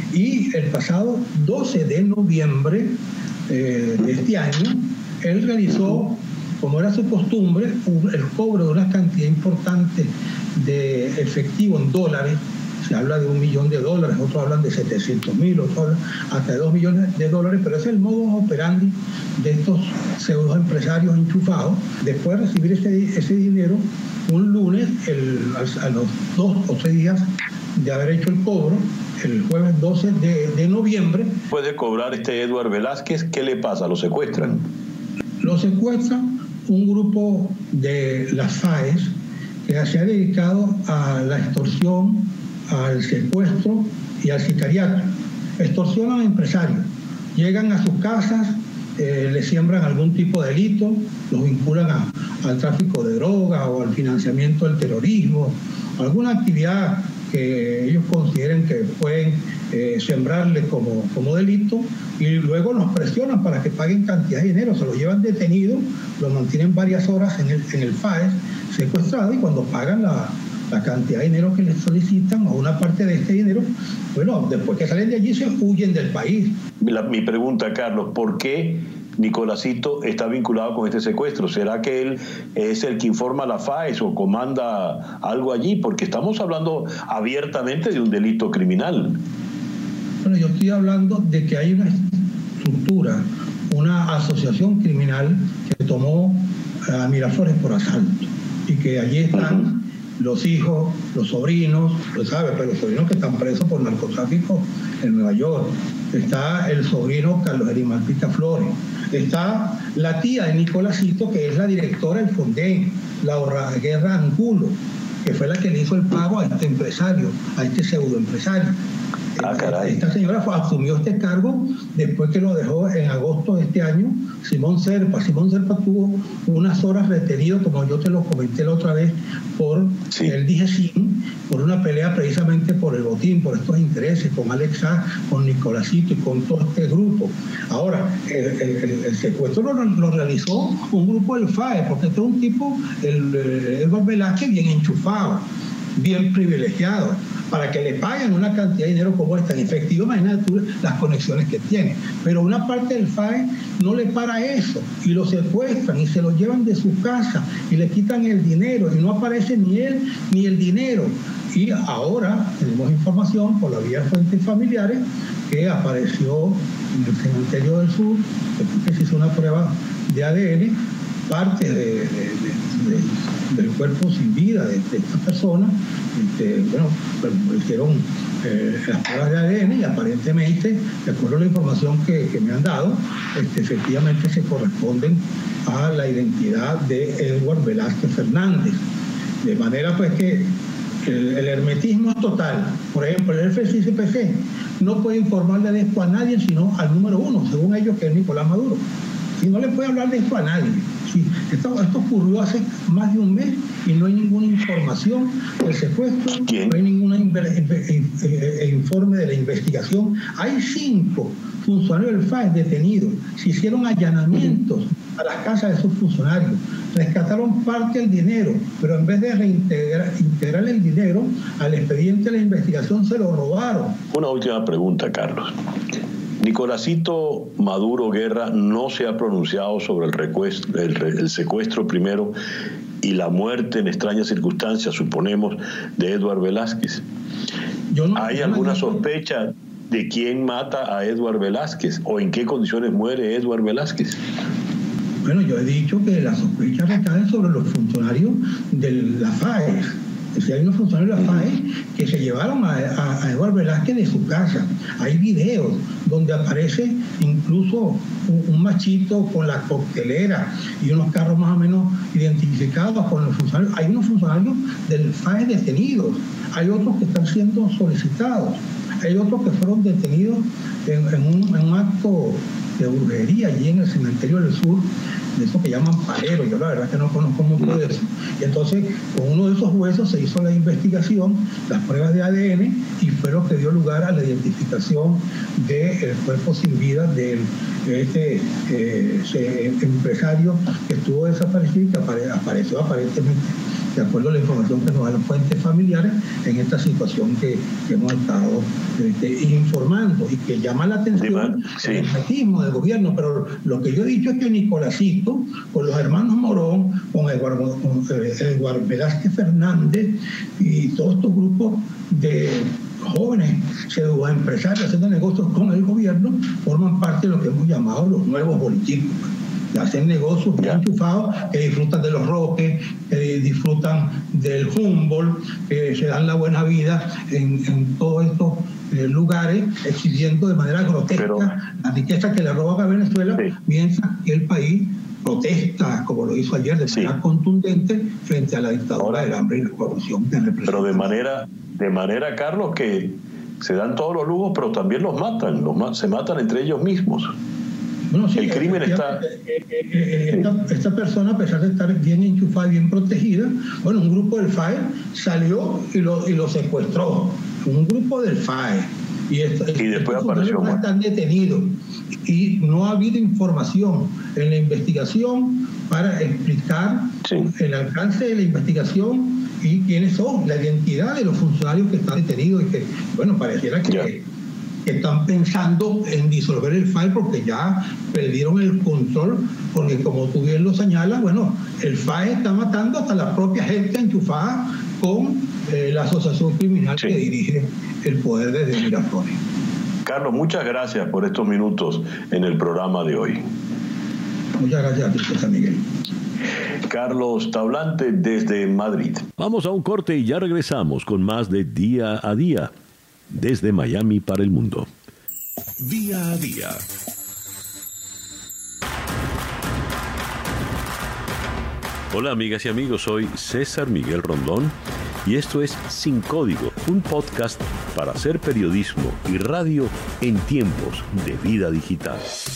Y el pasado doce de noviembre eh, de este año, él realizó, como era su costumbre, el cobro de una cantidad importante de efectivo en dólares. Se habla de un millón de dólares, otros hablan de setecientos mil, otros hablan hasta de dos millones de dólares, pero es el modus operandi de estos pseudo empresarios enchufados. Después de recibir ese, ese dinero, un lunes, el, a, a los dos o tres días de haber hecho el cobro, el jueves doce de, de noviembre. ¿Puede cobrar este Edward Velázquez? ¿Qué le pasa? ¿Lo secuestran? Lo secuestran un grupo de las F A E S que se ha dedicado a la extorsión, al secuestro y al sicariato. Extorsionan a empresarios, llegan a sus casas, eh, les siembran algún tipo de delito, los vinculan a, al tráfico de droga o al financiamiento del terrorismo, alguna actividad que ellos consideren que pueden eh, sembrarle como, como delito, y luego los presionan para que paguen cantidad de dinero, se los llevan detenido, los mantienen varias horas en el, en el F A E S secuestrado, y cuando pagan la la cantidad de dinero que les solicitan o una parte de este dinero, bueno, después que salen de allí se huyen del país. La, mi pregunta, Carlos, ¿por qué Nicolásito está vinculado con este secuestro? ¿Será que él es el que informa a la F A E S o comanda algo allí? Porque estamos hablando abiertamente de un delito criminal. Bueno, yo estoy hablando de que hay una estructura, una asociación criminal que tomó a Miraflores por asalto y que allí están uh-huh. los hijos, los sobrinos, lo sabe, pero los sobrinos que están presos por narcotráfico en Nueva York. Está el sobrino Carlos Erimalpita Flores. Está la tía de Nicolásito, que es la directora del Fonden, Laura Guerra Angulo, que fue la que le hizo el pago a este empresario, a este pseudoempresario. Ah, caray. Esta señora asumió este cargo después que lo dejó en agosto de este año Simón Serpa. Simón Serpa tuvo unas horas retenido, como yo te lo comenté la otra vez, por sí. el D G C I N, por una pelea precisamente por el botín, por estos intereses, con Alexa, con Nicolásito y con todo este grupo. Ahora, el, el, el secuestro lo, lo realizó un grupo del F A E, porque este es un tipo, el, el Edward Velázquez, bien enchufado, bien privilegiado, para que le paguen una cantidad de dinero como esta en efectivo. Imagínate tú las conexiones que tiene. Pero una parte del F A E no le para eso y lo secuestran y se lo llevan de su casa y le quitan el dinero y no aparece ni él ni el dinero. Y ahora tenemos información por la vía de fuentes familiares que apareció en el cementerio del sur, después que se hizo una prueba de A D N, parte de, de, de, de, del cuerpo sin vida de, de esta persona. Este, bueno, pues, hicieron eh, las pruebas de A D N y aparentemente, de acuerdo a la información que, que me han dado, este, efectivamente se corresponden a la identidad de Edward Velázquez Fernández. De manera pues que el, el hermetismo es total. Por ejemplo, el F C C P C no puede informarle de esto a nadie sino al número uno, según ellos, que es Nicolás Maduro. Y no le puede hablar de esto a nadie. Sí, esto, esto ocurrió hace más de un mes y no hay ninguna información del secuestro, ¿Quién? no hay ningún informe de la investigación. Hay cinco funcionarios del F A E detenidos. Se hicieron allanamientos a las casas de esos funcionarios. Rescataron parte del dinero, pero en vez de reintegrar integrar el dinero al expediente de la investigación, se lo robaron. Una última pregunta, Carlos. Nicolásito Maduro Guerra no se ha pronunciado sobre el, recuestro, el, el secuestro primero y la muerte en extrañas circunstancias, suponemos, de Edward Velázquez. Yo no, ¿Hay alguna sospecha de quién mata a Edward Velázquez o en qué condiciones muere Edward Velázquez? Bueno, yo he dicho que las sospechas recaen sobre los funcionarios de la F A E S. Es decir, hay unos funcionarios de la F A E S que se llevaron a, a, a Edward Velázquez de su casa. Hay videos donde aparece incluso un, un machito con la coctelera y unos carros más o menos identificados con los funcionarios. Hay unos funcionarios del F A E S detenidos. Hay otros que están siendo solicitados. Hay otros que fueron detenidos en, en, un, en un acto de brujería allí en el cementerio del sur, de eso que llaman paleros. Yo la verdad que no conozco mucho de eso. Y entonces, con uno de esos huesos se hizo la investigación, las pruebas de A D N, y fue lo que dio lugar a la identificación del cuerpo sin vida de este eh, empresario que estuvo desaparecido y que apare, apareció aparentemente, de acuerdo a la información que nos dan las fuentes familiares, en esta situación que, que hemos estado este, informando y que llama la atención sí. el machismo del gobierno. Pero lo que yo he dicho es que Nicolásito, con los hermanos Morón, con Eduardo, con Eduardo Velázquez Fernández y todos estos grupos de jóvenes pseudoempresarios haciendo negocios con el gobierno, forman parte de lo que hemos llamado los nuevos políticos. Que hacen negocios bien enchufados, que disfrutan de los Roques, que disfrutan del Humboldt, que se dan la buena vida en, en todos estos eh, lugares, exhibiendo de manera grotesca Pero, la riqueza que le roban a Venezuela, sí. mientras que el país protesta, como lo hizo ayer, de manera sí. contundente frente a la dictadura Ahora, del hambre y la corrupción que representa. Pero de manera, de manera, Carlos, que se dan todos los lujos, pero también los matan, los, se matan entre ellos mismos. Bueno, sí, el crimen está... Esta, esta persona, a pesar de estar bien enchufada y bien protegida, bueno, un grupo del F A E salió y lo, y lo secuestró. Un grupo del F A E. Y, esto, y después apareció. Están detenidos. Y no ha habido información en la investigación para explicar sí. el alcance de la investigación y quiénes son, la identidad de los funcionarios que están detenidos y que, bueno, pareciera que... Yeah. que están pensando en disolver el F A E porque ya perdieron el control, porque como tú bien lo señalas, bueno, el F A E está matando hasta la propia gente enchufada con eh, la asociación criminal sí. que dirige el poder desde Miraflores. Carlos, muchas gracias por estos minutos en el programa de hoy. Muchas gracias a ti, San Miguel. Carlos Tablante desde Madrid. Vamos a un corte y ya regresamos con más de Día a Día. Desde Miami para el mundo. Día a día. Hola amigas y amigos, soy César Miguel Rondón y esto es Sin Código, un podcast para hacer periodismo y radio en tiempos de vida digital.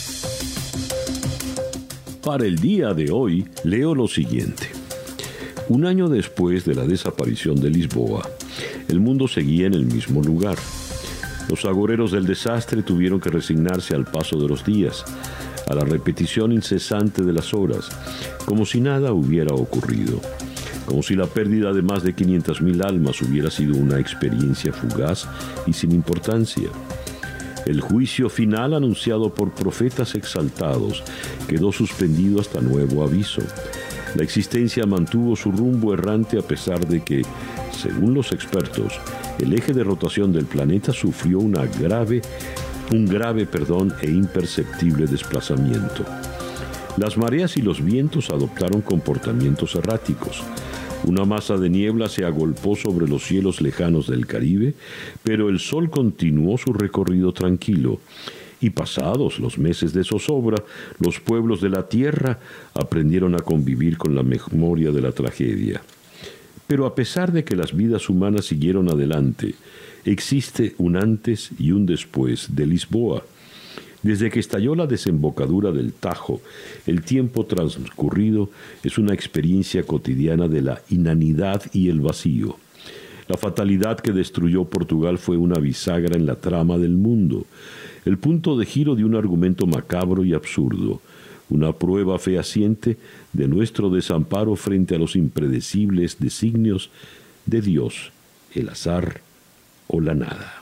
Para el día de hoy leo lo siguiente. Un año después de la desaparición de Lisboa, el mundo seguía en el mismo lugar. Los agoreros del desastre tuvieron que resignarse al paso de los días, a la repetición incesante de las horas, como si nada hubiera ocurrido, como si la pérdida de más de quinientas mil almas hubiera sido una experiencia fugaz y sin importancia. El juicio final anunciado por profetas exaltados quedó suspendido hasta nuevo aviso. La existencia mantuvo su rumbo errante a pesar de que, según los expertos, el eje de rotación del planeta sufrió una grave, un grave perdón, e imperceptible desplazamiento. Las mareas y los vientos adoptaron comportamientos erráticos. Una masa de niebla se agolpó sobre los cielos lejanos del Caribe, pero el sol continuó su recorrido tranquilo. Y pasados los meses de zozobra, los pueblos de la tierra aprendieron a convivir con la memoria de la tragedia. Pero a pesar de que las vidas humanas siguieron adelante, existe un antes y un después de Lisboa. Desde que estalló la desembocadura del Tajo, el tiempo transcurrido es una experiencia cotidiana de la inanidad y el vacío. La fatalidad que destruyó Portugal fue una bisagra en la trama del mundo, el punto de giro de un argumento macabro y absurdo, una prueba fehaciente de nuestro desamparo frente a los impredecibles designios de Dios, el azar o la nada.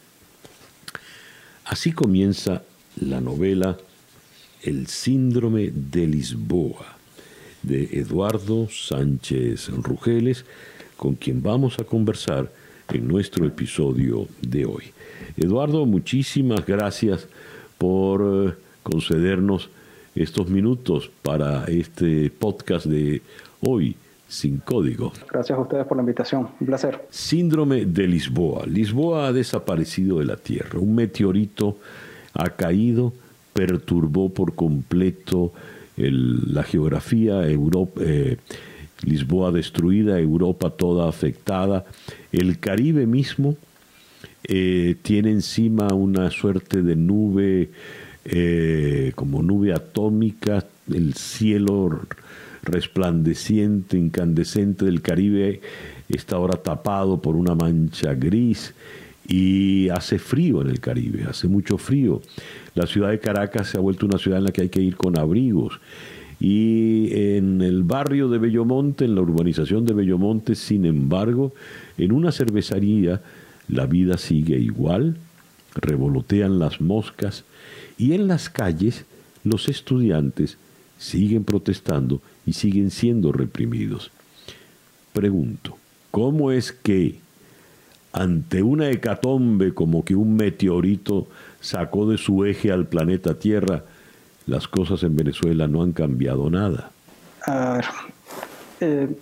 Así comienza la novela El síndrome de Lisboa, de Eduardo Sánchez Rugeles, con quien vamos a conversar en nuestro episodio de hoy. Eduardo, muchísimas gracias por concedernos estos minutos para este podcast de hoy, Sin Código. Gracias a ustedes por la invitación, un placer. Síndrome de Lisboa. Lisboa ha desaparecido de la Tierra. Un meteorito ha caído, perturbó por completo el, la geografía, Europa, eh, Lisboa destruida, Europa toda afectada. El Caribe mismo eh, tiene encima una suerte de nube eh, como nube atómica, el cielo resplandeciente, incandescente del Caribe está ahora tapado por una mancha gris y hace frío en el Caribe, hace mucho frío. La ciudad de Caracas se ha vuelto una ciudad en la que hay que ir con abrigos. Y en el barrio de Bellomonte, en la urbanización de Bellomonte, sin embargo, en una cervecería la vida sigue igual, revolotean las moscas y en las calles los estudiantes siguen protestando y siguen siendo reprimidos. Pregunto, ¿cómo es que ante una hecatombe como que un meteorito sacó de su eje al planeta Tierra, las cosas en Venezuela no han cambiado nada? A ver, eh,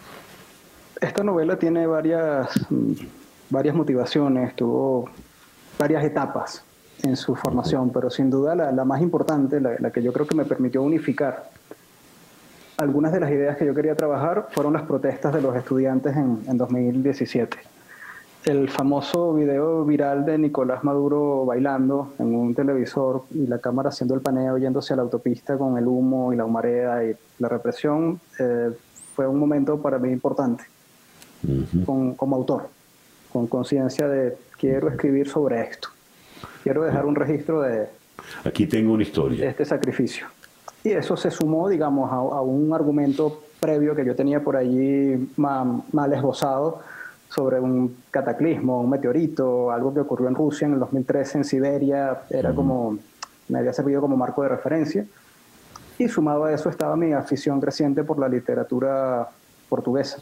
esta novela tiene varias, varias motivaciones, tuvo varias etapas en su formación, pero sin duda la, la más importante, la, la que yo creo que me permitió unificar algunas de las ideas que yo quería trabajar, fueron las protestas de los estudiantes en, en dos mil diecisiete. El famoso video viral de Nicolás Maduro bailando en un televisor y la cámara haciendo el paneo yéndose a la autopista con el humo y la humareda y la represión, eh, fue un momento para mí importante, uh-huh. con, como autor, con conciencia de quiero escribir sobre esto, quiero dejar un registro de aquí tengo una historia, este sacrificio. Y eso se sumó, digamos, a, a un argumento previo que yo tenía por allí mal, mal esbozado, sobre un cataclismo, un meteorito, algo que ocurrió en Rusia en el dos mil trece en Siberia, era como, me había servido como marco de referencia. Y sumado a eso estaba mi afición creciente por la literatura portuguesa,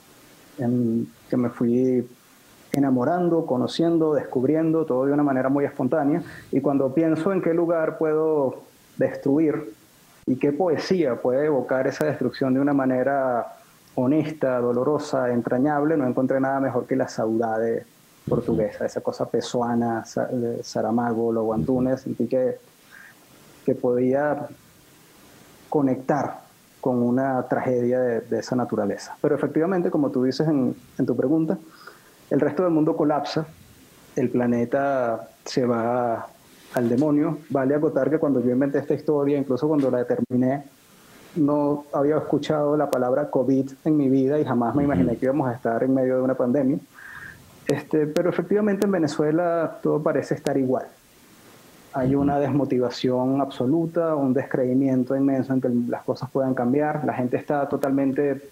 en que me fui enamorando, conociendo, descubriendo, todo de una manera muy espontánea. Y cuando pienso en qué lugar puedo destruir y qué poesía puede evocar esa destrucción de una manera honesta, dolorosa, entrañable, no encontré nada mejor que la saudade portuguesa, esa cosa pesoana, Saramago, Lobo Antunes. Sentí que, que podía conectar con una tragedia de, de esa naturaleza. Pero efectivamente, como tú dices en, en tu pregunta, el resto del mundo colapsa, el planeta se va al demonio. Vale acotar que cuando yo inventé esta historia, incluso cuando la terminé, no había escuchado la palabra COVID en mi vida y jamás me imaginé que íbamos a estar en medio de una pandemia. Este, pero efectivamente en Venezuela todo parece estar igual. Hay una desmotivación absoluta, un descreimiento inmenso en que las cosas puedan cambiar. La gente está totalmente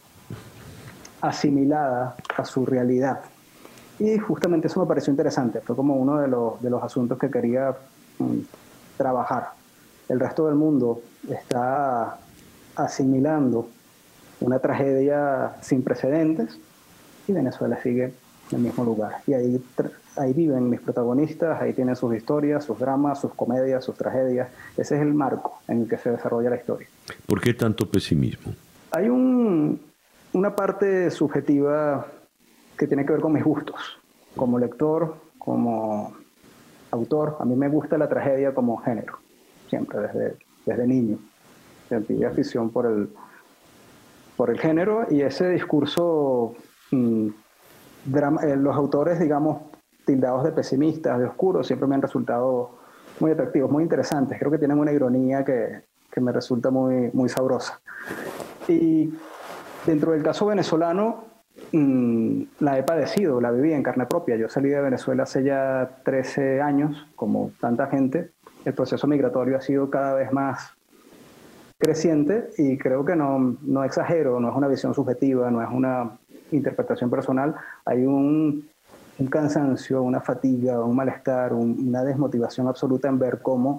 asimilada a su realidad. Y justamente eso me pareció interesante. Fue como uno de los, de los asuntos que quería um, trabajar. El resto del mundo está asimilando una tragedia sin precedentes y Venezuela sigue en el mismo lugar. Y ahí, ahí viven mis protagonistas, ahí tienen sus historias, sus dramas, sus comedias, sus tragedias. Ese es el marco en el que se desarrolla la historia. ¿Por qué tanto pesimismo? Hay un, una parte subjetiva que tiene que ver con mis gustos. Como lector, como autor, a mí me gusta la tragedia como género, siempre, desde, desde niño. Sentí afición por el, por el género y ese discurso, mmm, drama, eh, los autores, digamos, tildados de pesimistas, de oscuros, siempre me han resultado muy atractivos, muy interesantes. Creo que tienen una ironía que, que me resulta muy, muy sabrosa. Y dentro del caso venezolano, mmm, la he padecido, la viví en carne propia. Yo salí de Venezuela hace ya trece años, como tanta gente. El proceso migratorio ha sido cada vez más creciente y creo que no, no exagero, no es una visión subjetiva, no es una interpretación personal. Hay un, un cansancio, una fatiga, un malestar, un, una desmotivación absoluta en ver cómo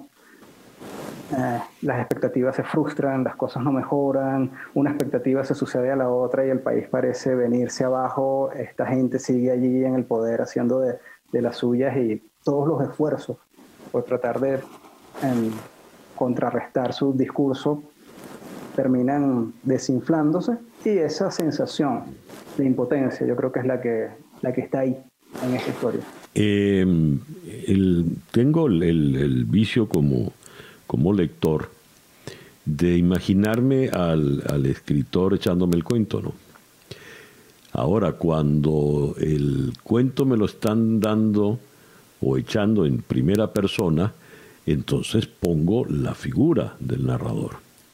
eh, las expectativas se frustran, las cosas no mejoran, una expectativa se sucede a la otra y el país parece venirse abajo. Esta gente sigue allí en el poder haciendo de, de las suyas y todos los esfuerzos por tratar de eh, contrarrestar su discurso terminan desinflándose y esa sensación de impotencia yo creo que es la que, la que está ahí en esta historia. Eh, el, tengo el, el, el vicio como, como lector de imaginarme al, al escritor echándome el cuento, ¿no? Ahora, cuando el cuento me lo están dando o echando en primera persona, entonces pongo la figura del narrador.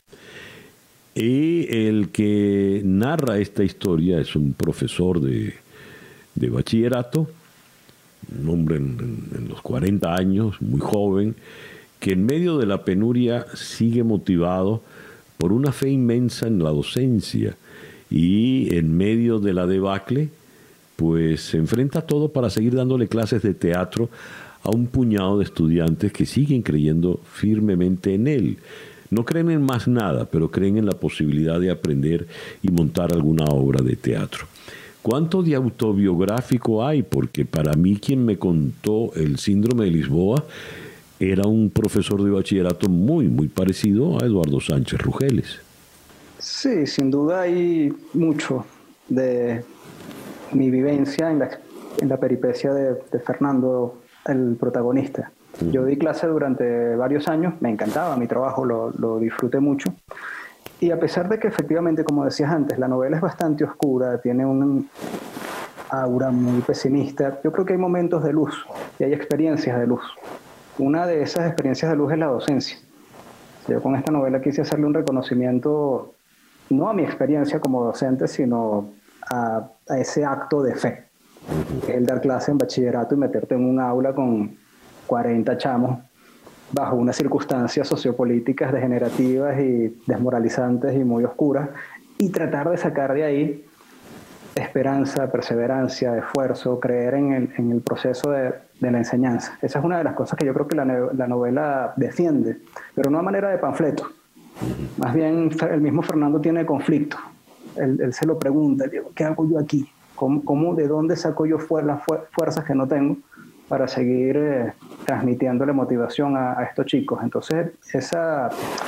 Y el que narra esta historia es un profesor de, de bachillerato, un hombre en, en, en los cuarenta años, muy joven, que en medio de la penuria sigue motivado por una fe inmensa en la docencia y en medio de la debacle, pues se enfrenta a todo para seguir dándole clases de teatro a un puñado de estudiantes que siguen creyendo firmemente en él. No creen en más nada, pero creen en la posibilidad de aprender y montar alguna obra de teatro. ¿Cuánto de autobiográfico hay? Porque para mí quien me contó el síndrome de Lisboa era un profesor de bachillerato muy, muy parecido a Eduardo Sánchez Rugeles. Sí, sin duda hay mucho de mi vivencia en la, en la peripecia de, de Fernando, el protagonista. Uh-huh. Yo di clase durante varios años, me encantaba mi trabajo, lo, lo disfruté mucho. Y a pesar de que efectivamente, como decías antes, la novela es bastante oscura, tiene un aura muy pesimista, yo creo que hay momentos de luz y hay experiencias de luz. Una de esas experiencias de luz es la docencia. Yo con esta novela quise hacerle un reconocimiento, no a mi experiencia como docente, sino a, a ese acto de fe. El dar clase en bachillerato y meterte en un aula con cuarenta chamos bajo unas circunstancias sociopolíticas degenerativas y desmoralizantes y muy oscuras, y tratar de sacar de ahí esperanza, perseverancia, esfuerzo, creer en el, en el proceso de, de la enseñanza. Esa es una de las cosas que yo creo que la, la novela defiende, pero no a manera de panfleto. Más bien el mismo Fernando tiene conflicto. Él, él se lo pregunta, ¿qué hago yo aquí? ¿Cómo, cómo, ¿De dónde saco yo fu- las fu- fuerzas que no tengo para seguir eh, transmitiéndole motivación a, a estos chicos? Entonces, esa,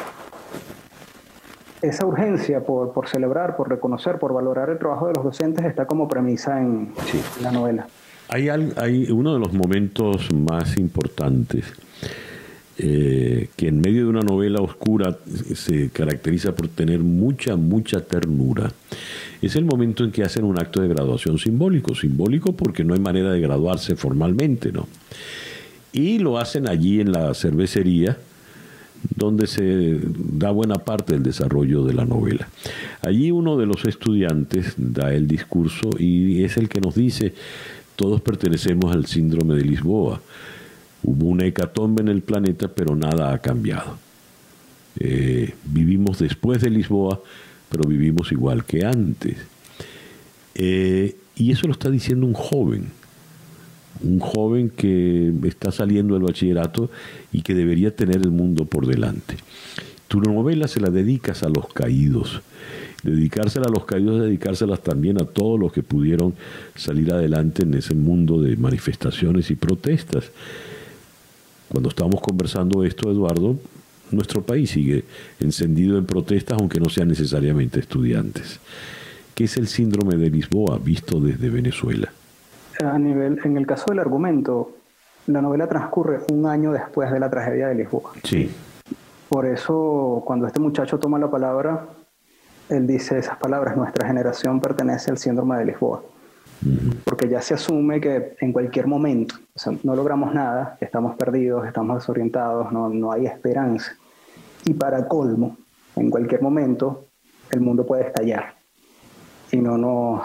esa urgencia por, por celebrar, por reconocer, por valorar el trabajo de los docentes está como premisa en, sí. en la novela. Hay, hay uno de los momentos más importantes eh, que en medio de una novela oscura se caracteriza por tener mucha, mucha ternura. Es el momento en que hacen un acto de graduación simbólico. Simbólico porque no hay manera de graduarse formalmente, ¿no? Y lo hacen allí en la cervecería, donde se da buena parte del desarrollo de la novela. Allí uno de los estudiantes da el discurso y es el que nos dice: todos pertenecemos al síndrome de Lisboa. Hubo una hecatombe en el planeta, pero nada ha cambiado. Eh, vivimos después de Lisboa, pero vivimos igual que antes. Eh, y eso lo está diciendo un joven, un joven que está saliendo del bachillerato y que debería tener el mundo por delante. Tu novela se la dedicas a los caídos. Dedicársela a los caídos es dedicárselas también a todos los que pudieron salir adelante en ese mundo de manifestaciones y protestas. Cuando estamos conversando esto, Eduardo, nuestro país sigue encendido en protestas, aunque no sean necesariamente estudiantes. ¿Qué es el síndrome de Lisboa visto desde Venezuela? A nivel, en el caso del argumento, la novela transcurre un año después de la tragedia de Lisboa. Sí. Por eso, cuando este muchacho toma la palabra, él dice esas palabras: nuestra generación pertenece al síndrome de Lisboa. Uh-huh. Porque ya se asume que en cualquier momento, o sea, no logramos nada, estamos perdidos, estamos desorientados, no, no hay esperanza. Y para colmo, en cualquier momento, el mundo puede estallar. Y no nos...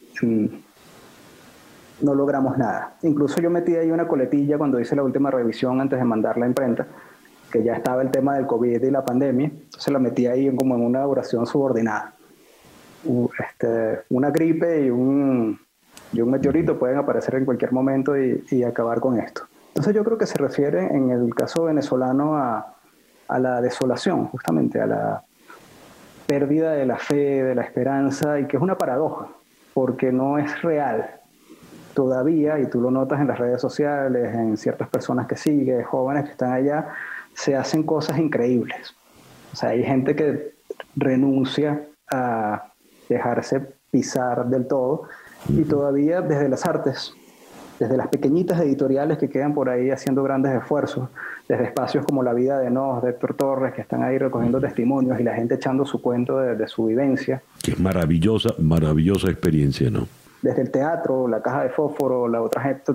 no logramos nada. Incluso yo metí ahí una coletilla cuando hice la última revisión antes de mandarla a imprenta, que ya estaba el tema del COVID y la pandemia, entonces la metí ahí como en una oración subordinada. Este, una gripe y un, y un meteorito pueden aparecer en cualquier momento y, y acabar con esto. Entonces yo creo que se refiere en el caso venezolano a, a la desolación, justamente, a la pérdida de la fe, de la esperanza, y que es una paradoja, porque no es real todavía, y tú lo notas en las redes sociales, en ciertas personas que sigues, jóvenes que están allá, se hacen cosas increíbles. O sea, hay gente que renuncia a dejarse pisar del todo, y todavía desde las artes, desde las pequeñitas editoriales que quedan por ahí haciendo grandes esfuerzos, desde espacios como La Vida de Nos, de Héctor Torres, que están ahí recogiendo testimonios y la gente echando su cuento de, de su vivencia. Que es maravillosa, maravillosa experiencia, ¿no? Desde el teatro, La Caja de Fósforo, la otra gente,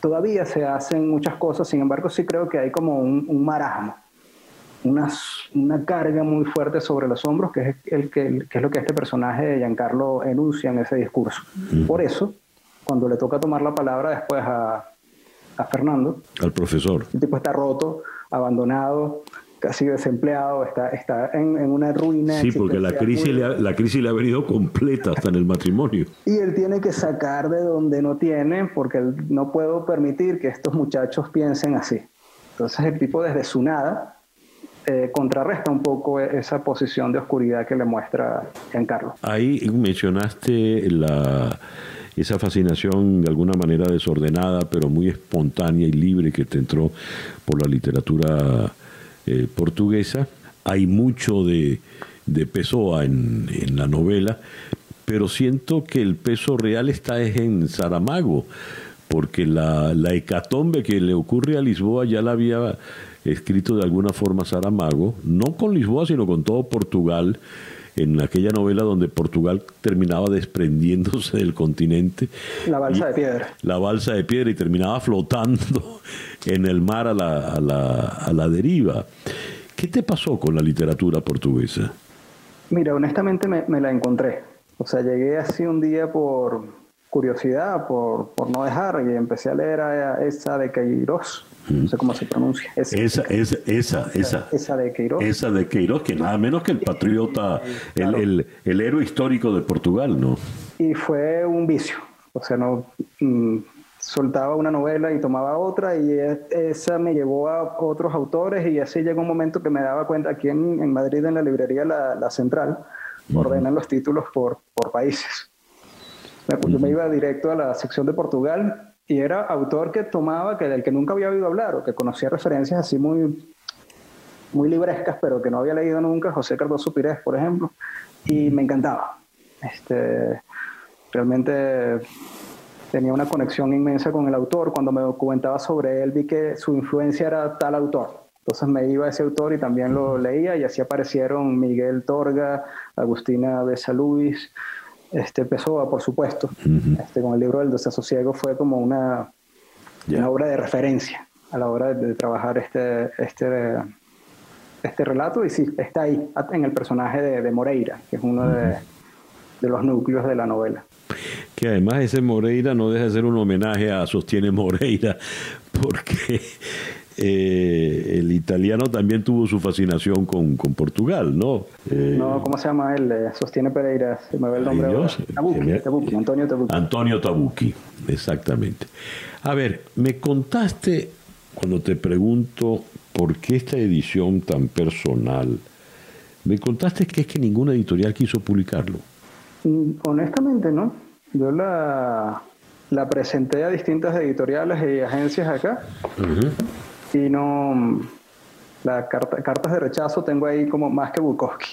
todavía se hacen muchas cosas, sin embargo sí creo que hay como un, un marasmo, una, una carga muy fuerte sobre los hombros, que es, el que, el, que es lo que este personaje de Giancarlo enuncia en ese discurso. Mm. Por eso, cuando le toca tomar la palabra después a, a Fernando, al profesor, el tipo está roto, abandonado, casi desempleado, está, está en, en una ruina. Sí, porque la crisis, muy... le ha, la crisis le ha venido completa hasta en el matrimonio. Y él tiene que sacar de donde no tiene, porque él, no puedo permitir que estos muchachos piensen así. Entonces el tipo desde su nada eh, contrarresta un poco esa posición de oscuridad que le muestra Giancarlo. Ahí mencionaste la... esa fascinación de alguna manera desordenada, pero muy espontánea y libre que te entró por la literatura eh, portuguesa. Hay mucho de, de Pessoa en, en la novela, pero siento que el peso real está en Saramago, porque la, la hecatombe que le ocurre a Lisboa ya la había escrito de alguna forma Saramago, no con Lisboa, sino con todo Portugal, en aquella novela donde Portugal terminaba desprendiéndose del continente. La balsa de piedra. La balsa de piedra y terminaba flotando en el mar a la, a la, a la deriva. ¿Qué te pasó con la literatura portuguesa? Mira, honestamente me, me la encontré. O sea, llegué así un día por curiosidad, por, por no dejar, y empecé a leer a esa de Queiroz. No sé cómo se pronuncia. Esa, esa, esa, esa, esa, esa de Queiroz. Esa de Queiroz, que nada menos que el patriota, el, el, el héroe histórico de Portugal, ¿no? Y fue un vicio. O sea, no mm, soltaba una novela y tomaba otra, y esa me llevó a otros autores, y así llegó un momento que me daba cuenta, aquí en, en Madrid, en la librería La, la Central, uh-huh. ordenan los títulos por, por países. Yo me iba directo a la sección de Portugal, y era autor que tomaba, que del que nunca había oído hablar, o que conocía referencias así muy, muy librescas, pero que no había leído nunca, José Cardoso Pires, por ejemplo, y me encantaba. Este, realmente tenía una conexión inmensa con el autor. Cuando me documentaba sobre él, vi que su influencia era tal autor. Entonces me iba a ese autor y también lo leía, y así aparecieron Miguel Torga, Agustina Besaluis, Este, Pessoa, por supuesto. Uh-huh. Este, con el libro del Desasosiego fue como una, yeah. una obra de referencia a la hora de, de trabajar este, este, este relato, y sí, está ahí, en el personaje de, de Moreira, que es uno uh-huh. de, de los núcleos de la novela. Que además ese Moreira no deja de ser un homenaje a Sostiene Moreira, porque eh, el italiano también tuvo su fascinación con, con Portugal, ¿no? Eh, no, ¿cómo se llama él? Eh, Sostiene Pereira, se me ve el nombre. Dios, Tabucchi, me... Tabucchi, Antonio Tabucchi. Antonio Tabucchi, exactamente. A ver, me contaste, cuando te pregunto por qué esta edición tan personal, me contaste que es que ninguna editorial quiso publicarlo. Honestamente, no. Yo la, la presenté a distintas editoriales y agencias acá. Uh-huh. Y no, las carta, cartas de rechazo tengo ahí como más que Bukowski.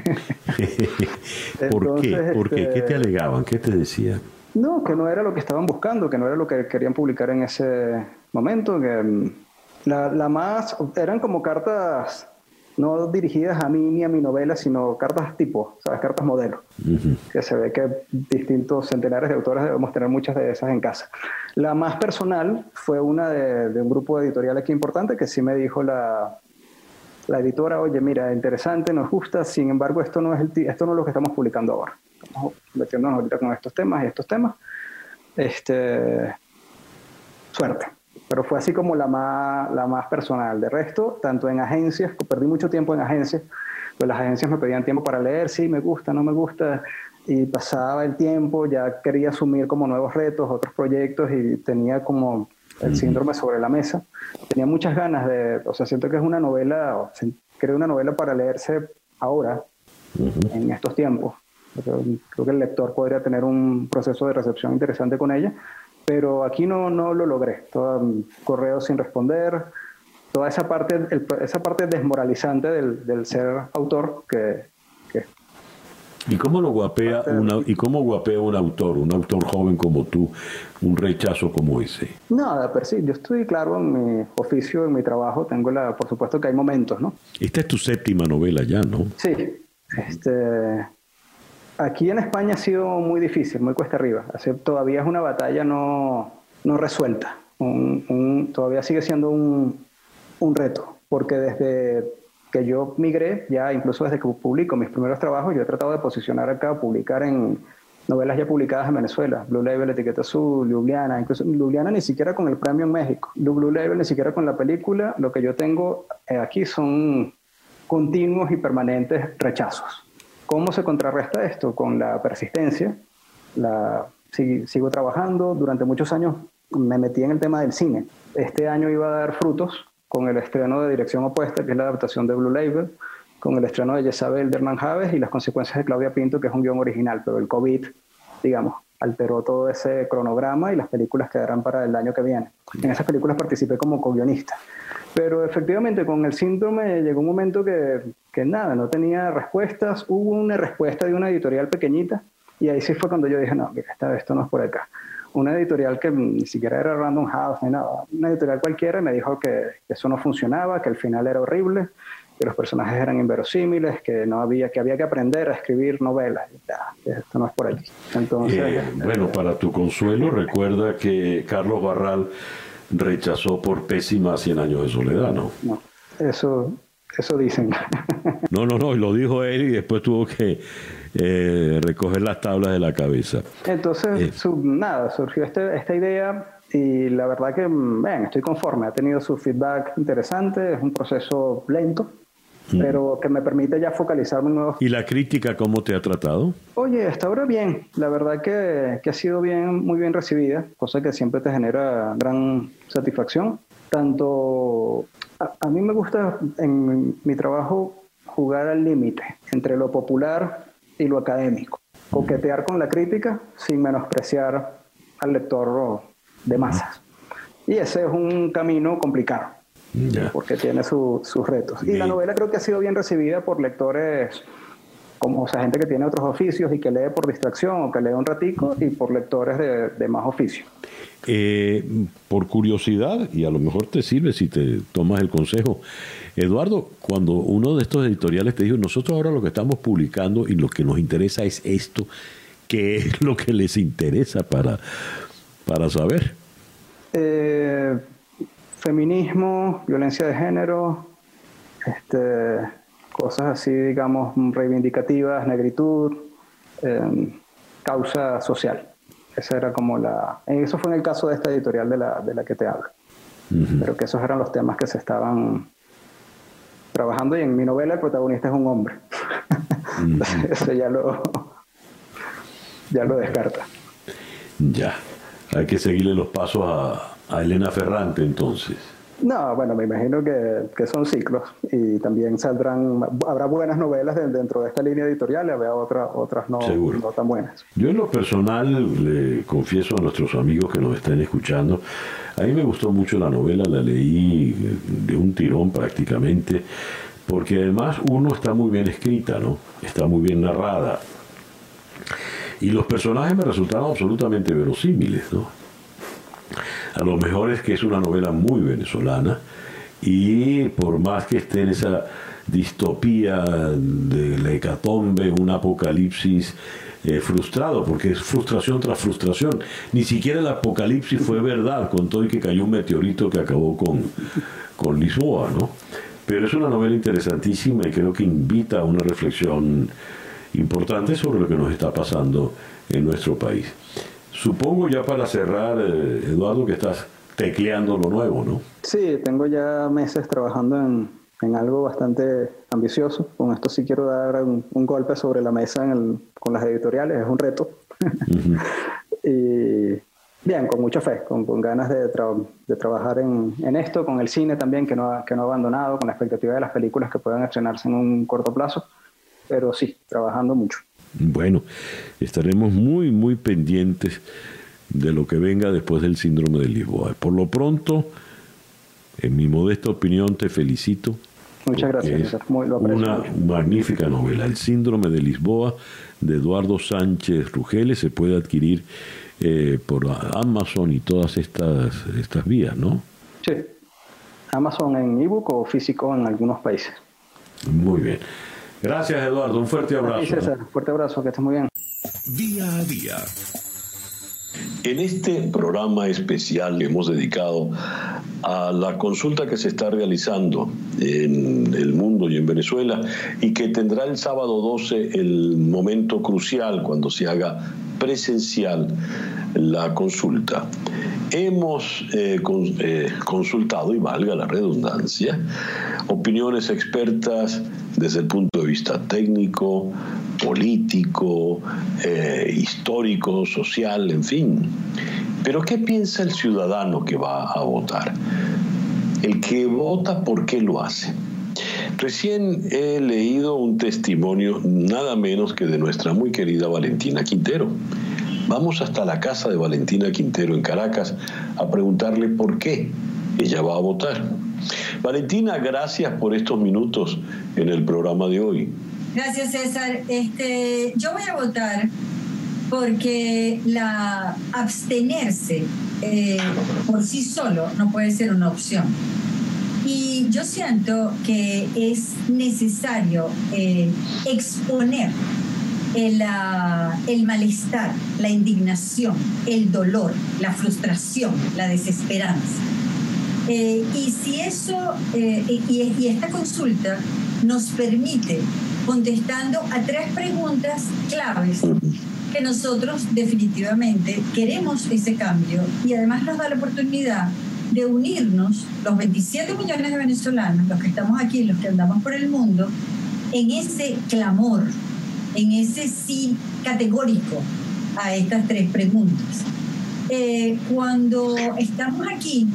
¿Por Entonces, qué? ¿Por qué? Este, ¿Qué te alegaban? ¿Qué te decían? No, que no era lo que estaban buscando, que no era lo que querían publicar en ese momento. Que la, la más, eran como cartas no dirigidas a mí ni a mi novela, sino cartas tipo, ¿sabes? Cartas modelo. Uh-huh. Que se ve que distintos centenares de autores debemos tener muchas de esas en casa. La más personal fue una de, de un grupo editorial aquí importante, que sí me dijo la, la editora: oye, mira, interesante, nos gusta, sin embargo, esto no es, el, esto no es lo que estamos publicando ahora. Estamos metiéndonos ahorita con estos temas y estos temas. Este, suerte. Pero fue así como la más, la más personal. De resto, tanto en agencias, perdí mucho tiempo en agencias, pues las agencias me pedían tiempo para leer, sí, me gusta, no me gusta, y pasaba el tiempo, ya quería asumir como nuevos retos, otros proyectos, y tenía como el síndrome sobre la mesa. Tenía muchas ganas de, o sea, siento que es una novela, creo una novela para leerse ahora, uh-huh. en estos tiempos. Creo, creo que el lector podría tener un proceso de recepción interesante con ella, pero aquí no, no lo logré. Todo um, correo sin responder, toda esa parte, el, esa parte desmoralizante del, del ser autor que, que ¿Y cómo lo guapea una, y cómo guapea un autor, un autor joven como tú, un rechazo como ese? Nada, pero sí, yo estoy claro en mi oficio, en mi trabajo, tengo la, por supuesto que hay momentos, ¿no? Esta es tu séptima novela ya, ¿no? Sí, este, aquí en España ha sido muy difícil, muy cuesta arriba. Así, todavía es una batalla no, no resuelta. un, un, todavía sigue siendo un, un reto, porque desde que yo migré, ya incluso desde que publico mis primeros trabajos, yo he tratado de posicionar acá, publicar en novelas ya publicadas en Venezuela, Blue Label, Etiqueta Azul, Ljubljana, incluso Ljubljana ni siquiera con el premio en México, Blue Label ni siquiera con la película. Lo que yo tengo aquí son continuos y permanentes rechazos. ¿Cómo se contrarresta esto? Con la persistencia. La, sigo, sigo trabajando, durante muchos años me metí en el tema del cine. Este año iba a dar frutos con el estreno de Dirección Opuesta, que es la adaptación de Blue Label, con el estreno de Jezabel de Hernán Javes y Las Consecuencias de Claudia Pinto, que es un guión original, pero el COVID, digamos, alteró todo ese cronograma y las películas quedarán para el año que viene. En esas películas participé como co-guionista. Pero efectivamente con el síndrome llegó un momento que, que nada, no tenía respuestas. Hubo una respuesta de una editorial pequeñita y ahí sí fue cuando yo dije, no, mira, esta vez esto no es por acá. Una editorial que ni siquiera era Random House ni nada, una editorial cualquiera me dijo que eso no funcionaba, que el final era horrible, que los personajes eran inverosímiles, que no había, que había que aprender a escribir novelas. Ya, que esto no es por aquí. Entonces, eh, bueno, para tu consuelo, recuerda que Carlos Barral rechazó por pésima Cien años de soledad, ¿no? No, eso, eso dicen. No, no, no, lo dijo él y después tuvo que eh, recoger las tablas de la cabeza. Entonces, eh. su, nada, surgió este, esta idea y la verdad que, ven, estoy conforme. Ha tenido su feedback interesante, es un proceso lento, mm. pero que me permite ya focalizarme en nuevos... ¿Y la crítica cómo te ha tratado? Oye, hasta ahora bien. La verdad que, que ha sido bien, muy bien recibida, cosa que siempre te genera gran satisfacción. Tanto... A, a mí me gusta en mi, mi trabajo jugar al límite entre lo popular y lo académico. Coquetear con la crítica sin menospreciar al lector de masas. Y ese es un camino complicado, yeah. porque tiene su, sus retos. Y yeah. la novela creo que ha sido bien recibida por lectores, como, o sea, gente que tiene otros oficios y que lee por distracción o que lee un ratico, y por lectores de, de más oficio. Eh, por curiosidad, y a lo mejor te sirve si te tomas el consejo, Eduardo, cuando uno de estos editoriales te dijo, nosotros ahora lo que estamos publicando y lo que nos interesa es esto, ¿qué es lo que les interesa para... para saber? Eh, feminismo, violencia de género, este, cosas así, digamos, reivindicativas, negritud, eh, causa social. Esa era como la... Eso fue en el caso de esta editorial de la, de la que te hablo. Uh-huh. Pero que esos eran los temas que se estaban trabajando y en mi novela el protagonista es un hombre. Uh-huh. Entonces, eso ya lo, ya lo descarta. Ya. Hay que seguirle los pasos a, a Elena Ferrante, entonces. No, bueno, me imagino que, que son ciclos y también saldrán, habrá buenas novelas de, dentro de esta línea editorial y habrá otra, otras no, no tan buenas. Yo en lo personal le confieso a nuestros amigos que nos estén escuchando, a mí me gustó mucho la novela, la leí de un tirón prácticamente, porque además uno está muy bien escrita, ¿no? Está muy bien narrada. Y los personajes me resultaron absolutamente verosímiles, ¿no? A lo mejor es que es una novela muy venezolana y por más que esté en esa distopía de la hecatombe, un apocalipsis eh, frustrado, porque es frustración tras frustración. Ni siquiera el apocalipsis fue verdad, con todo y que cayó un meteorito que acabó con, con Lisboa, ¿no? Pero es una novela interesantísima y creo que invita a una reflexión importante sobre lo que nos está pasando en nuestro país. Supongo ya para cerrar, eh, Eduardo, que estás tecleando lo nuevo, ¿no? Sí, tengo ya meses trabajando en, en algo bastante ambicioso. Con esto sí quiero dar un, un golpe sobre la mesa en el, con las editoriales, es un reto. Uh-huh. Y bien, con mucha fe, con, con ganas de, tra- de trabajar en, en esto, con el cine también, que no, ha, que no ha abandonado, con la expectativa de las películas que puedan estrenarse en un corto plazo. Pero sí, trabajando mucho. Bueno, estaremos muy, muy pendientes de lo que venga después del síndrome de Lisboa. Por lo pronto, en mi modesta opinión, te felicito. Muchas gracias. Es muy, lo una mucho. magnífica novela. El síndrome de Lisboa, de Eduardo Sánchez Rugeles, se puede adquirir eh, por Amazon y todas estas, estas vías, ¿no? Sí. Amazon en ebook o físico en algunos países. Muy bien. Gracias, Eduardo. Un fuerte abrazo. Sí, César. Fuerte abrazo. Que estés muy bien. Día a día. En este programa especial que hemos dedicado a la consulta que se está realizando en el mundo y en Venezuela y que tendrá el sábado doce el momento crucial cuando se haga presencial la consulta. Hemos eh, con, eh, consultado, y valga la redundancia, opiniones expertas desde el punto de vista técnico, político, eh, histórico, social, en fin. Pero ¿qué piensa el ciudadano que va a votar? El que vota, ¿por qué lo hace? Recién he leído un testimonio nada menos que de nuestra muy querida Valentina Quintero. Vamos hasta la casa de Valentina Quintero en Caracas a preguntarle por qué ella va a votar. Valentina, gracias por estos minutos en el programa de hoy. Gracias, César. Este, yo voy a votar porque la abstenerse eh, por sí solo no puede ser una opción. Y yo siento que es necesario eh, exponer el, uh, el malestar, la indignación, el dolor, la frustración, la desesperanza. Eh, y si eso, eh, y, y esta consulta nos permite, contestando a tres preguntas claves, que nosotros definitivamente queremos ese cambio y además nos da la oportunidad de unirnos, los veintisiete millones de venezolanos, los que estamos aquí, los que andamos por el mundo, en ese clamor, en ese sí categórico a estas tres preguntas. Eh, cuando estamos aquí,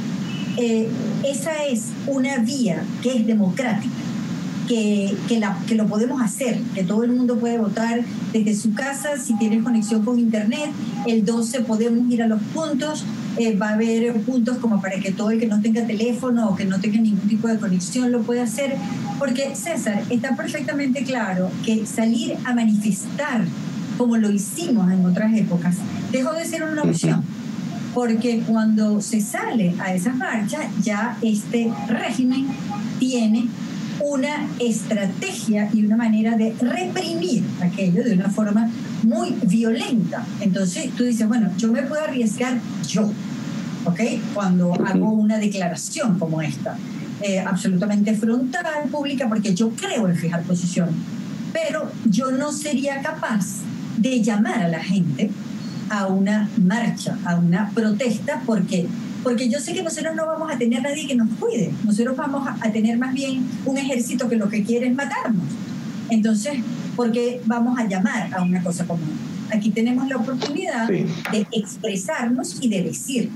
eh, esa es una vía que es democrática, que, que, la, que lo podemos hacer, que todo el mundo puede votar desde su casa, si tienes conexión con internet. El doce podemos ir a los puntos, eh, va a haber puntos como para que todo el que no tenga teléfono o que no tenga ningún tipo de conexión lo pueda hacer, porque César, está perfectamente claro que salir a manifestar como lo hicimos en otras épocas dejó de ser una opción, porque cuando se sale a esas marchas ya este régimen tiene una estrategia y una manera de reprimir aquello de una forma muy violenta. Entonces tú dices, bueno, yo me puedo arriesgar yo, ¿ok? Cuando hago una declaración como esta, eh, absolutamente frontal, pública, porque yo creo en fijar posición, pero yo no sería capaz de llamar a la gente a una marcha, a una protesta, porque porque yo sé que nosotros no vamos a tener nadie que nos cuide, nosotros vamos a tener más bien un ejército que lo que quiere es matarnos. Entonces, ¿por qué vamos a llamar a una cosa como esta? Aquí tenemos la oportunidad sí. de expresarnos y de decir.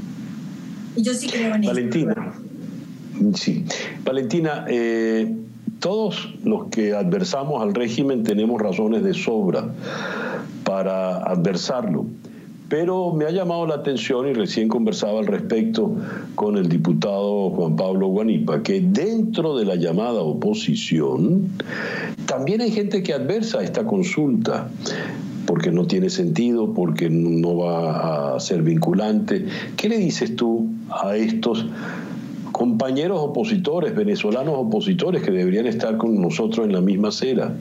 Y yo sí creo en Valentina, esto. Sí. Valentina, eh, todos los que adversamos al régimen tenemos razones de sobra para adversarlo. Pero me ha llamado la atención, y recién conversaba al respecto con el diputado Juan Pablo Guanipa, que dentro de la llamada oposición también hay gente que adversa esta consulta, porque no tiene sentido, porque no va a ser vinculante. ¿Qué le dices tú a estos compañeros opositores, venezolanos opositores, que deberían estar con nosotros en la misma acera?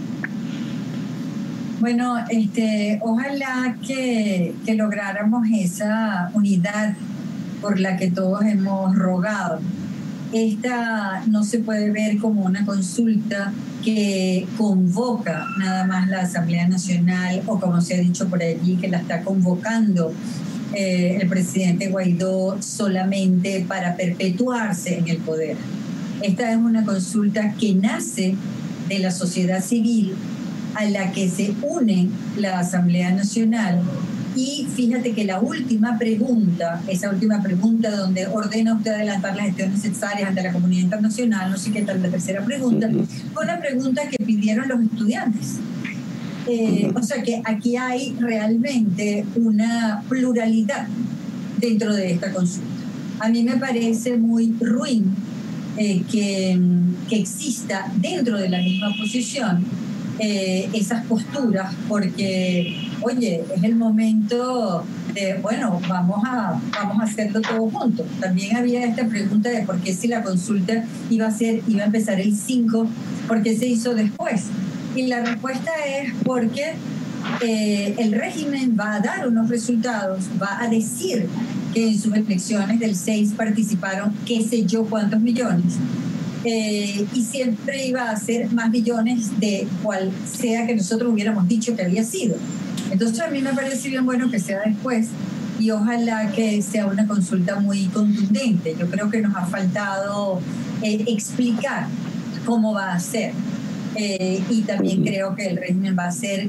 Bueno, este, ojalá que, que lográramos esa unidad por la que todos hemos rogado. Esta no se puede ver como una consulta que convoca nada más la Asamblea Nacional, o como se ha dicho por allí, que la está convocando eh, el presidente Guaidó solamente para perpetuarse en el poder. Esta es una consulta que nace de la sociedad civil, a la que se une la Asamblea Nacional. Y fíjate que la última pregunta, esa última pregunta donde ordena usted adelantar las gestiones necesarias ante la comunidad internacional, no sé qué tal la tercera pregunta, fue una pregunta que pidieron los estudiantes. Eh, o sea que aquí hay realmente una pluralidad dentro de esta consulta. A mí me parece muy ruin eh, que, que exista dentro de la misma oposición Eh, esas posturas, porque oye, es el momento de, bueno, vamos a, vamos a hacerlo todo juntos. También había esta pregunta de por qué, si la consulta iba a ser, iba a empezar el cinco, ¿por qué se hizo después? Y la respuesta es porque eh, el régimen va a dar unos resultados, va a decir que en sus elecciones del seis participaron qué sé yo cuántos millones. Eh, y siempre iba a ser más millones de cual sea que nosotros hubiéramos dicho que había sido. Entonces a mí me parece bien bueno que sea después y ojalá que sea una consulta muy contundente. Yo creo que nos ha faltado eh, explicar cómo va a ser eh, y también creo que el régimen va a hacer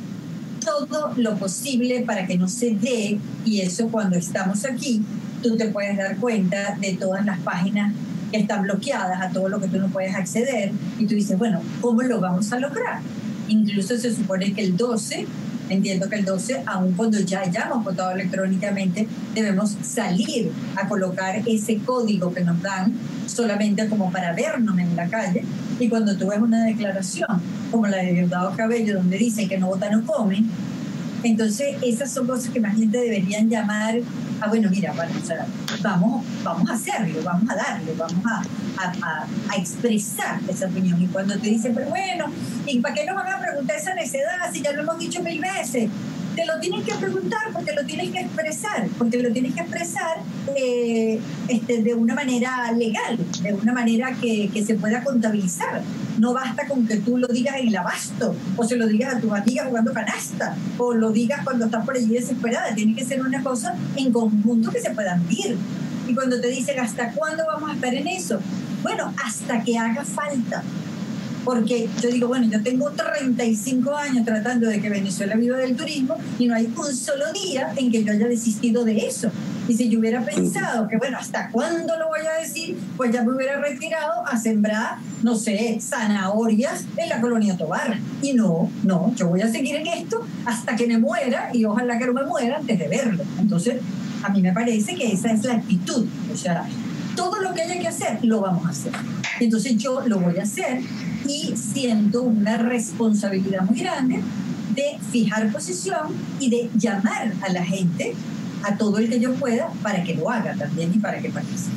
todo lo posible para que no se dé, y eso cuando estamos aquí tú te puedes dar cuenta de todas las páginas que están bloqueadas, a todo lo que tú no puedes acceder, y tú dices, bueno, ¿cómo lo vamos a lograr? Incluso se supone que el doce, entiendo que el doce, aun cuando ya hayamos votado electrónicamente, debemos salir a colocar ese código que nos dan solamente como para vernos en la calle, y cuando tú ves una declaración como la de Diosdado Cabello donde dice que no vota no come, entonces esas son cosas que más gente deberían llamar a, bueno, mira, bueno, o sea, vamos, vamos a hacerlo, vamos a darle, vamos a, a, a, a expresar esa opinión. Y cuando te dicen, pero bueno, ¿y para qué nos van a preguntar esa necedad si ya lo hemos dicho mil veces? Te lo tienes que preguntar porque lo tienes que expresar, porque lo tienes que expresar eh, este, de una manera legal, de una manera que, que se pueda contabilizar. No basta con que tú lo digas en el abasto, o se lo digas a tus amigas jugando canasta, o lo digas cuando estás por allí desesperada. Tiene que ser una cosa en conjunto que se puedan medir. Y cuando te dicen, ¿hasta cuándo vamos a estar en eso? Bueno, hasta que haga falta. Porque yo digo, bueno, yo tengo treinta y cinco años tratando de que Venezuela viva del turismo y no hay un solo día en que yo haya desistido de eso. Y si yo hubiera pensado que, bueno, ¿hasta cuándo lo voy a decir? Pues ya me hubiera retirado a sembrar, no sé, zanahorias en la colonia Tobar. Y no, no, yo voy a seguir en esto hasta que me muera, y ojalá que no me muera antes de verlo. Entonces, a mí me parece que esa es la actitud. O sea, todo lo que haya que hacer, lo vamos a hacer. Entonces yo lo voy a hacer y siento una responsabilidad muy grande de fijar posición y de llamar a la gente, a todo el que yo pueda, para que lo haga también y para que participe.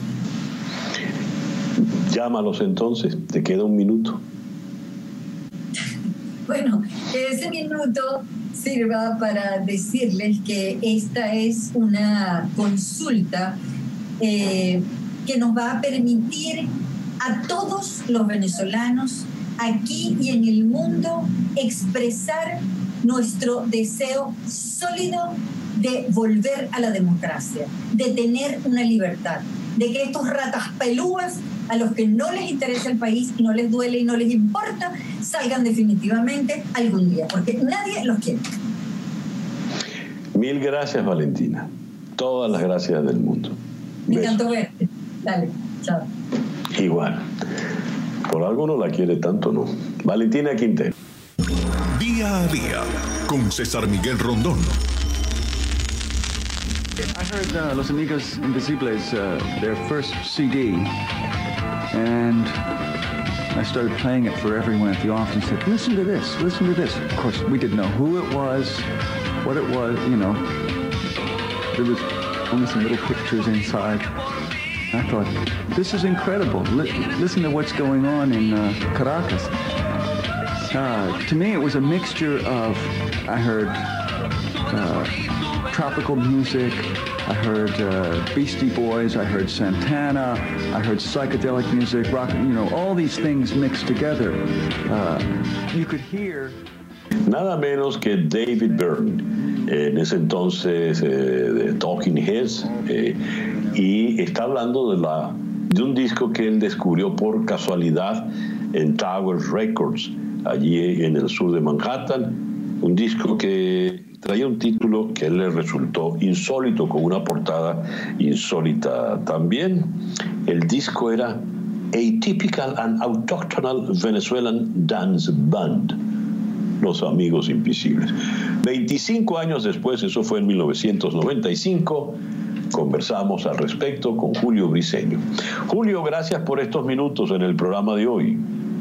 Llámalos entonces, te queda un minuto. Bueno, que ese minuto sirva para decirles que esta es una consulta eh, que nos va a permitir a todos los venezolanos aquí y en el mundo expresar nuestro deseo sólido de volver a la democracia, de tener una libertad, de que estos ratas pelúas a los que no les interesa el país y no les duele y no les importa, salgan definitivamente algún día, porque nadie los quiere. Mil gracias, Valentina. Todas las gracias del mundo. Me encantó verte. Dale, chao. Igual. Por algo no la quiere tanto, ¿no? Valentina Quintero. Día a día con César Miguel Rondón. I heard uh, Los Amigos Invisibles, uh, their first C D, and I started playing it for everyone at the office and said, listen to this, listen to this. Of course, we didn't know who it was, what it was, you know. There was only some little pictures inside. I thought, this is incredible. L- listen to what's going on in uh, Caracas. Uh, to me, it was a mixture of, I heard uh, tropical music, I heard uh, Beastie Boys, I heard Santana, I heard psychedelic music, rock, you know, all these things mixed together. Uh, you could hear... Nada menos que David Byrne, en ese entonces eh, de Talking Heads, eh, y está hablando de, la, de un disco que él descubrió por casualidad en Tower Records, allí en el sur de Manhattan, un disco que traía un título que a él le resultó insólito, con una portada insólita también. El disco era Atypical and Autochthonal Venezuelan Dance Band, Los Amigos Invisibles. veinticinco años después, eso fue en mil novecientos noventa y cinco, conversamos al respecto con Julio Briceño. Julio, gracias por estos minutos en el programa de hoy.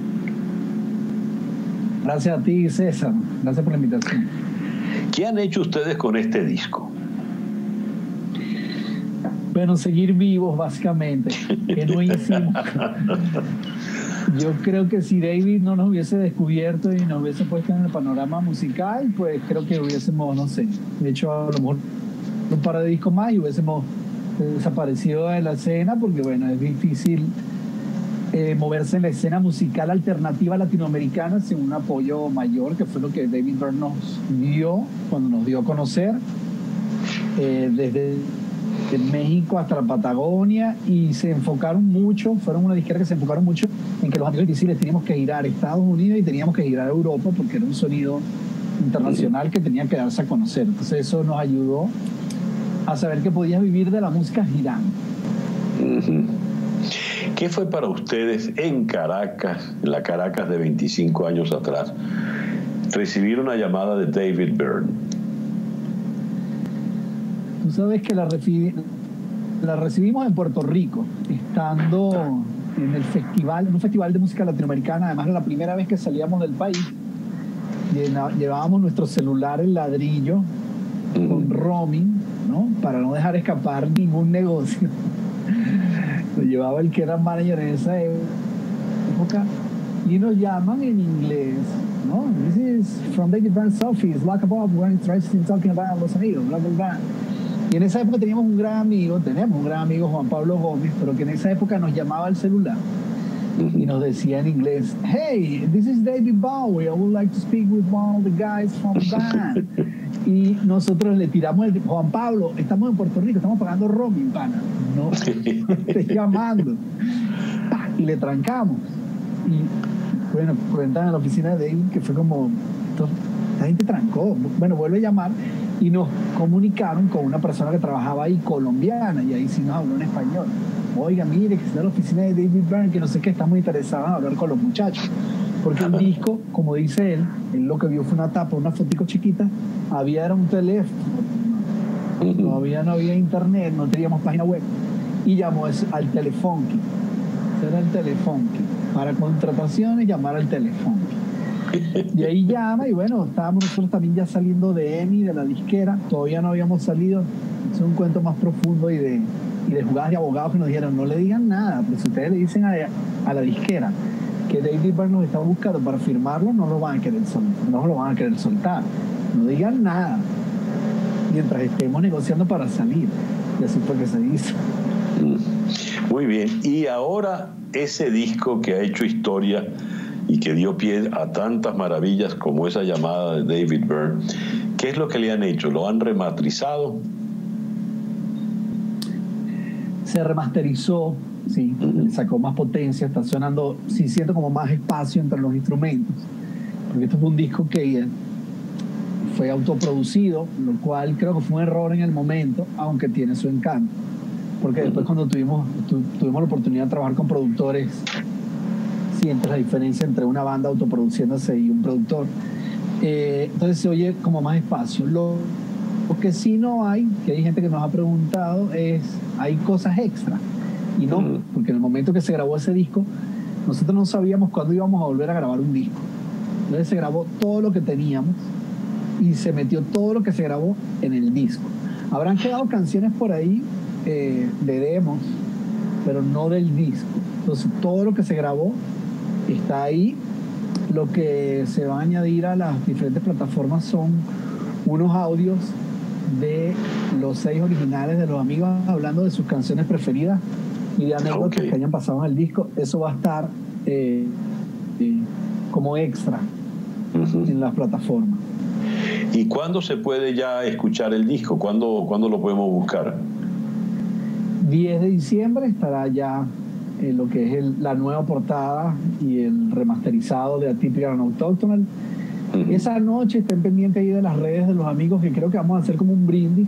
Gracias a ti, César. Gracias por la invitación. ¿Qué han hecho ustedes con este disco? Bueno, seguir vivos, básicamente. Que no hicimos. Yo creo que si David no nos hubiese descubierto y nos hubiese puesto en el panorama musical, pues creo que hubiésemos, no sé, hecho a lo mejor un par de discos más y hubiésemos desaparecido de la escena, porque bueno, es difícil eh, moverse en la escena musical alternativa latinoamericana sin un apoyo mayor, que fue lo que David Byrne nos dio cuando nos dio a conocer, eh, desde de México hasta la Patagonia, y se enfocaron mucho, fueron una disquera que se enfocaron mucho en que los amigos difíciles teníamos que girar a Estados Unidos y teníamos que girar a Europa, porque era un sonido internacional que tenía que darse a conocer. Entonces eso nos ayudó a saber que podías vivir de la música girando. ¿Qué fue para ustedes en Caracas, en la Caracas de veinticinco años atrás, recibir una llamada de David Byrne? Tú sabes que la, recibi- la recibimos en Puerto Rico, estando en el festival, en un festival de música latinoamericana. Además, era la primera vez que salíamos del país. Llena, llevábamos nuestro celular en ladrillo con roaming, ¿no? Para no dejar escapar ningún negocio. Lo llevaba el que era manager en esa época y nos llaman en inglés, ¿no? This is from David Byrne's office, like above, we're interested in talking about Los Amigos, bla, bla, bla. Y en esa época teníamos un gran amigo, tenemos un gran amigo, Juan Pablo Gómez, pero que en esa época nos llamaba al celular y nos decía en inglés, hey, this is David Bowie, I would like to speak with one of the guys from the band. Y nosotros le tiramos el, Juan Pablo, estamos en Puerto Rico, estamos pagando roaming, pana, no te llamando. Y le trancamos. Y bueno, cuentan en la oficina de David que fue como, la gente trancó, bueno, vuelve a llamar. Y nos comunicaron con una persona que trabajaba ahí, colombiana, y ahí sí nos habló en español. Oiga, mire, que está en la oficina de David Byrne, que no sé qué, está muy interesado en hablar con los muchachos. Porque el disco, como dice él, él lo que vio fue una tapa, una fotico chiquita, había era un teléfono, todavía no había internet, no teníamos página web, y llamó al Telefunky. Ese era el Telefunky. Para contrataciones, llamar al Telefunky. Y ahí llama, y bueno, estábamos nosotros también ya saliendo de EMI, de la disquera, todavía no habíamos salido. Es un cuento más profundo y de, y de jugadas de abogados que nos dijeron, no le digan nada, pero si ustedes le dicen a, a la disquera que David Byrne nos estaba buscando para firmarlo, no lo van a querer soltar, no lo van a querer soltar, no digan nada mientras estemos negociando para salir. Y así fue que se hizo. Muy bien, y ahora ese disco que ha hecho historia y que dio pie a tantas maravillas como esa llamada de David Byrne, ¿qué es lo que le han hecho? ¿Lo han remasterizado? Se remasterizó, sí, uh-huh. Le sacó más potencia, está sonando, sí, siento como más espacio entre los instrumentos, porque esto fue un disco que fue autoproducido, lo cual creo que fue un error en el momento, aunque tiene su encanto, porque uh-huh. después cuando tuvimos, tu, tuvimos la oportunidad de trabajar con productores, sientes la diferencia entre una banda autoproduciéndose y un productor. Eh, entonces se oye como más espacio. Lo, lo que sí no hay, que hay gente que nos ha preguntado, es hay cosas extra. Y no, uh-huh. porque en el momento que se grabó ese disco, nosotros no sabíamos cuándo íbamos a volver a grabar un disco. Entonces se grabó todo lo que teníamos y se metió todo lo que se grabó en el disco. Habrán quedado canciones por ahí eh, de demos, pero no del disco. Entonces todo lo que se grabó está ahí. Lo que se va a añadir a las diferentes plataformas son unos audios de los seis originales de los amigos hablando de sus canciones preferidas y de anécdotas okay. que hayan pasado en el disco. Eso va a estar eh, eh, como extra uh-huh. en las plataformas. ¿Y cuándo se puede ya escuchar el disco? ¿Cuándo, ¿cuándo lo podemos buscar? diez de diciembre estará ya Eh, lo que es el, la nueva portada y el remasterizado de Atypical and Autochthonal. Uh-huh. Esa noche estén pendientes ahí de las redes de los amigos, que creo que vamos a hacer como un brindis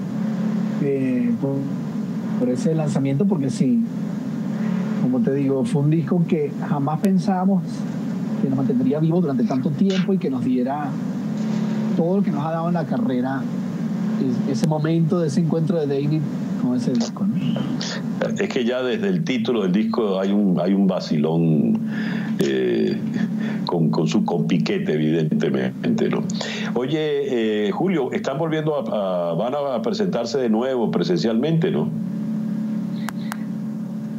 eh, por, por ese lanzamiento, porque sí, como te digo, fue un disco que jamás pensábamos que nos mantendría vivo durante tanto tiempo y que nos diera todo lo que nos ha dado en la carrera, es, ese momento de ese encuentro de David con ese disco, ¿no? Es que ya desde el título del disco hay un hay un vacilón eh, con, con su con piquete, evidentemente, ¿no? Oye, eh, Julio, están volviendo a, a van a presentarse de nuevo presencialmente, ¿no?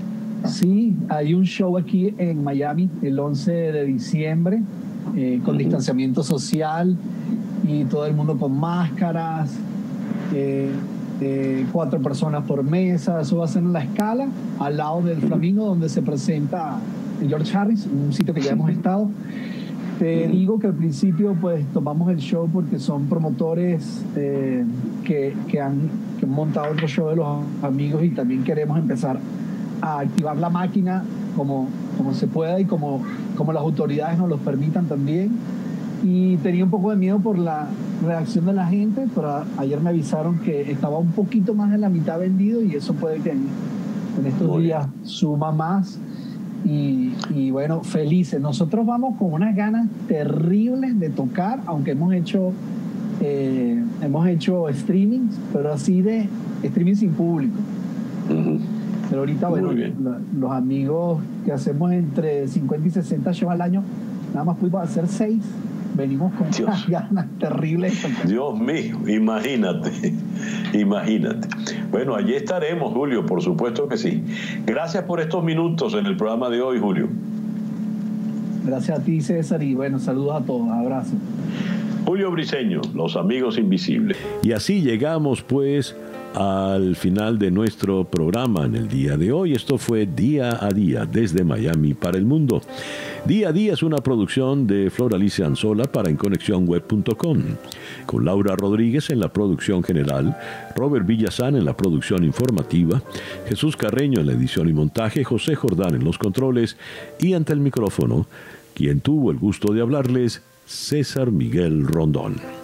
Sí, hay un show aquí en Miami el once de diciembre eh, con uh-huh. distanciamiento social y todo el mundo con máscaras, eh, eh, cuatro personas por mesa. Eso va a ser en La Scala, al lado del Flamingo, donde se presenta George Harris, un sitio que ya hemos estado. Te digo que al principio pues tomamos el show porque son promotores eh, que, que, han, que han montado otro show de los amigos y también queremos empezar a activar la máquina como, como se pueda y como, como las autoridades nos lo permitan también. Y tenía un poco de miedo por la reacción de la gente, pero ayer me avisaron que estaba un poquito más de la mitad vendido y eso puede que en, en estos Muy días bien. suma más. Y, y bueno, felices. Nosotros vamos con unas ganas terribles de tocar, aunque hemos hecho eh, hemos hecho streamings, pero así de streaming sin público. Uh-huh. Pero ahorita, bueno, lo, los amigos que hacemos entre cincuenta y sesenta shows al año, nada más pudimos hacer seis. Venimos con Dios. unas ganas terribles. Dios mío, imagínate, imagínate. Bueno, allí estaremos, Julio, por supuesto que sí. Gracias por estos minutos en el programa de hoy, Julio. Gracias a ti, César, y bueno, saludos a todos, abrazos. Julio Briceño, Los Amigos Invisibles. Y así llegamos, pues, al final de nuestro programa en el día de hoy. Esto fue Día a Día desde Miami para el mundo. Día a Día es una producción de Flor Alicia Anzola para en conexión web punto com, con Laura Rodríguez en la producción general, Robert Villazán en la producción informativa, Jesús Carreño en la edición y montaje, José Jordán en los controles y ante el micrófono, quien tuvo el gusto de hablarles, César Miguel Rondón.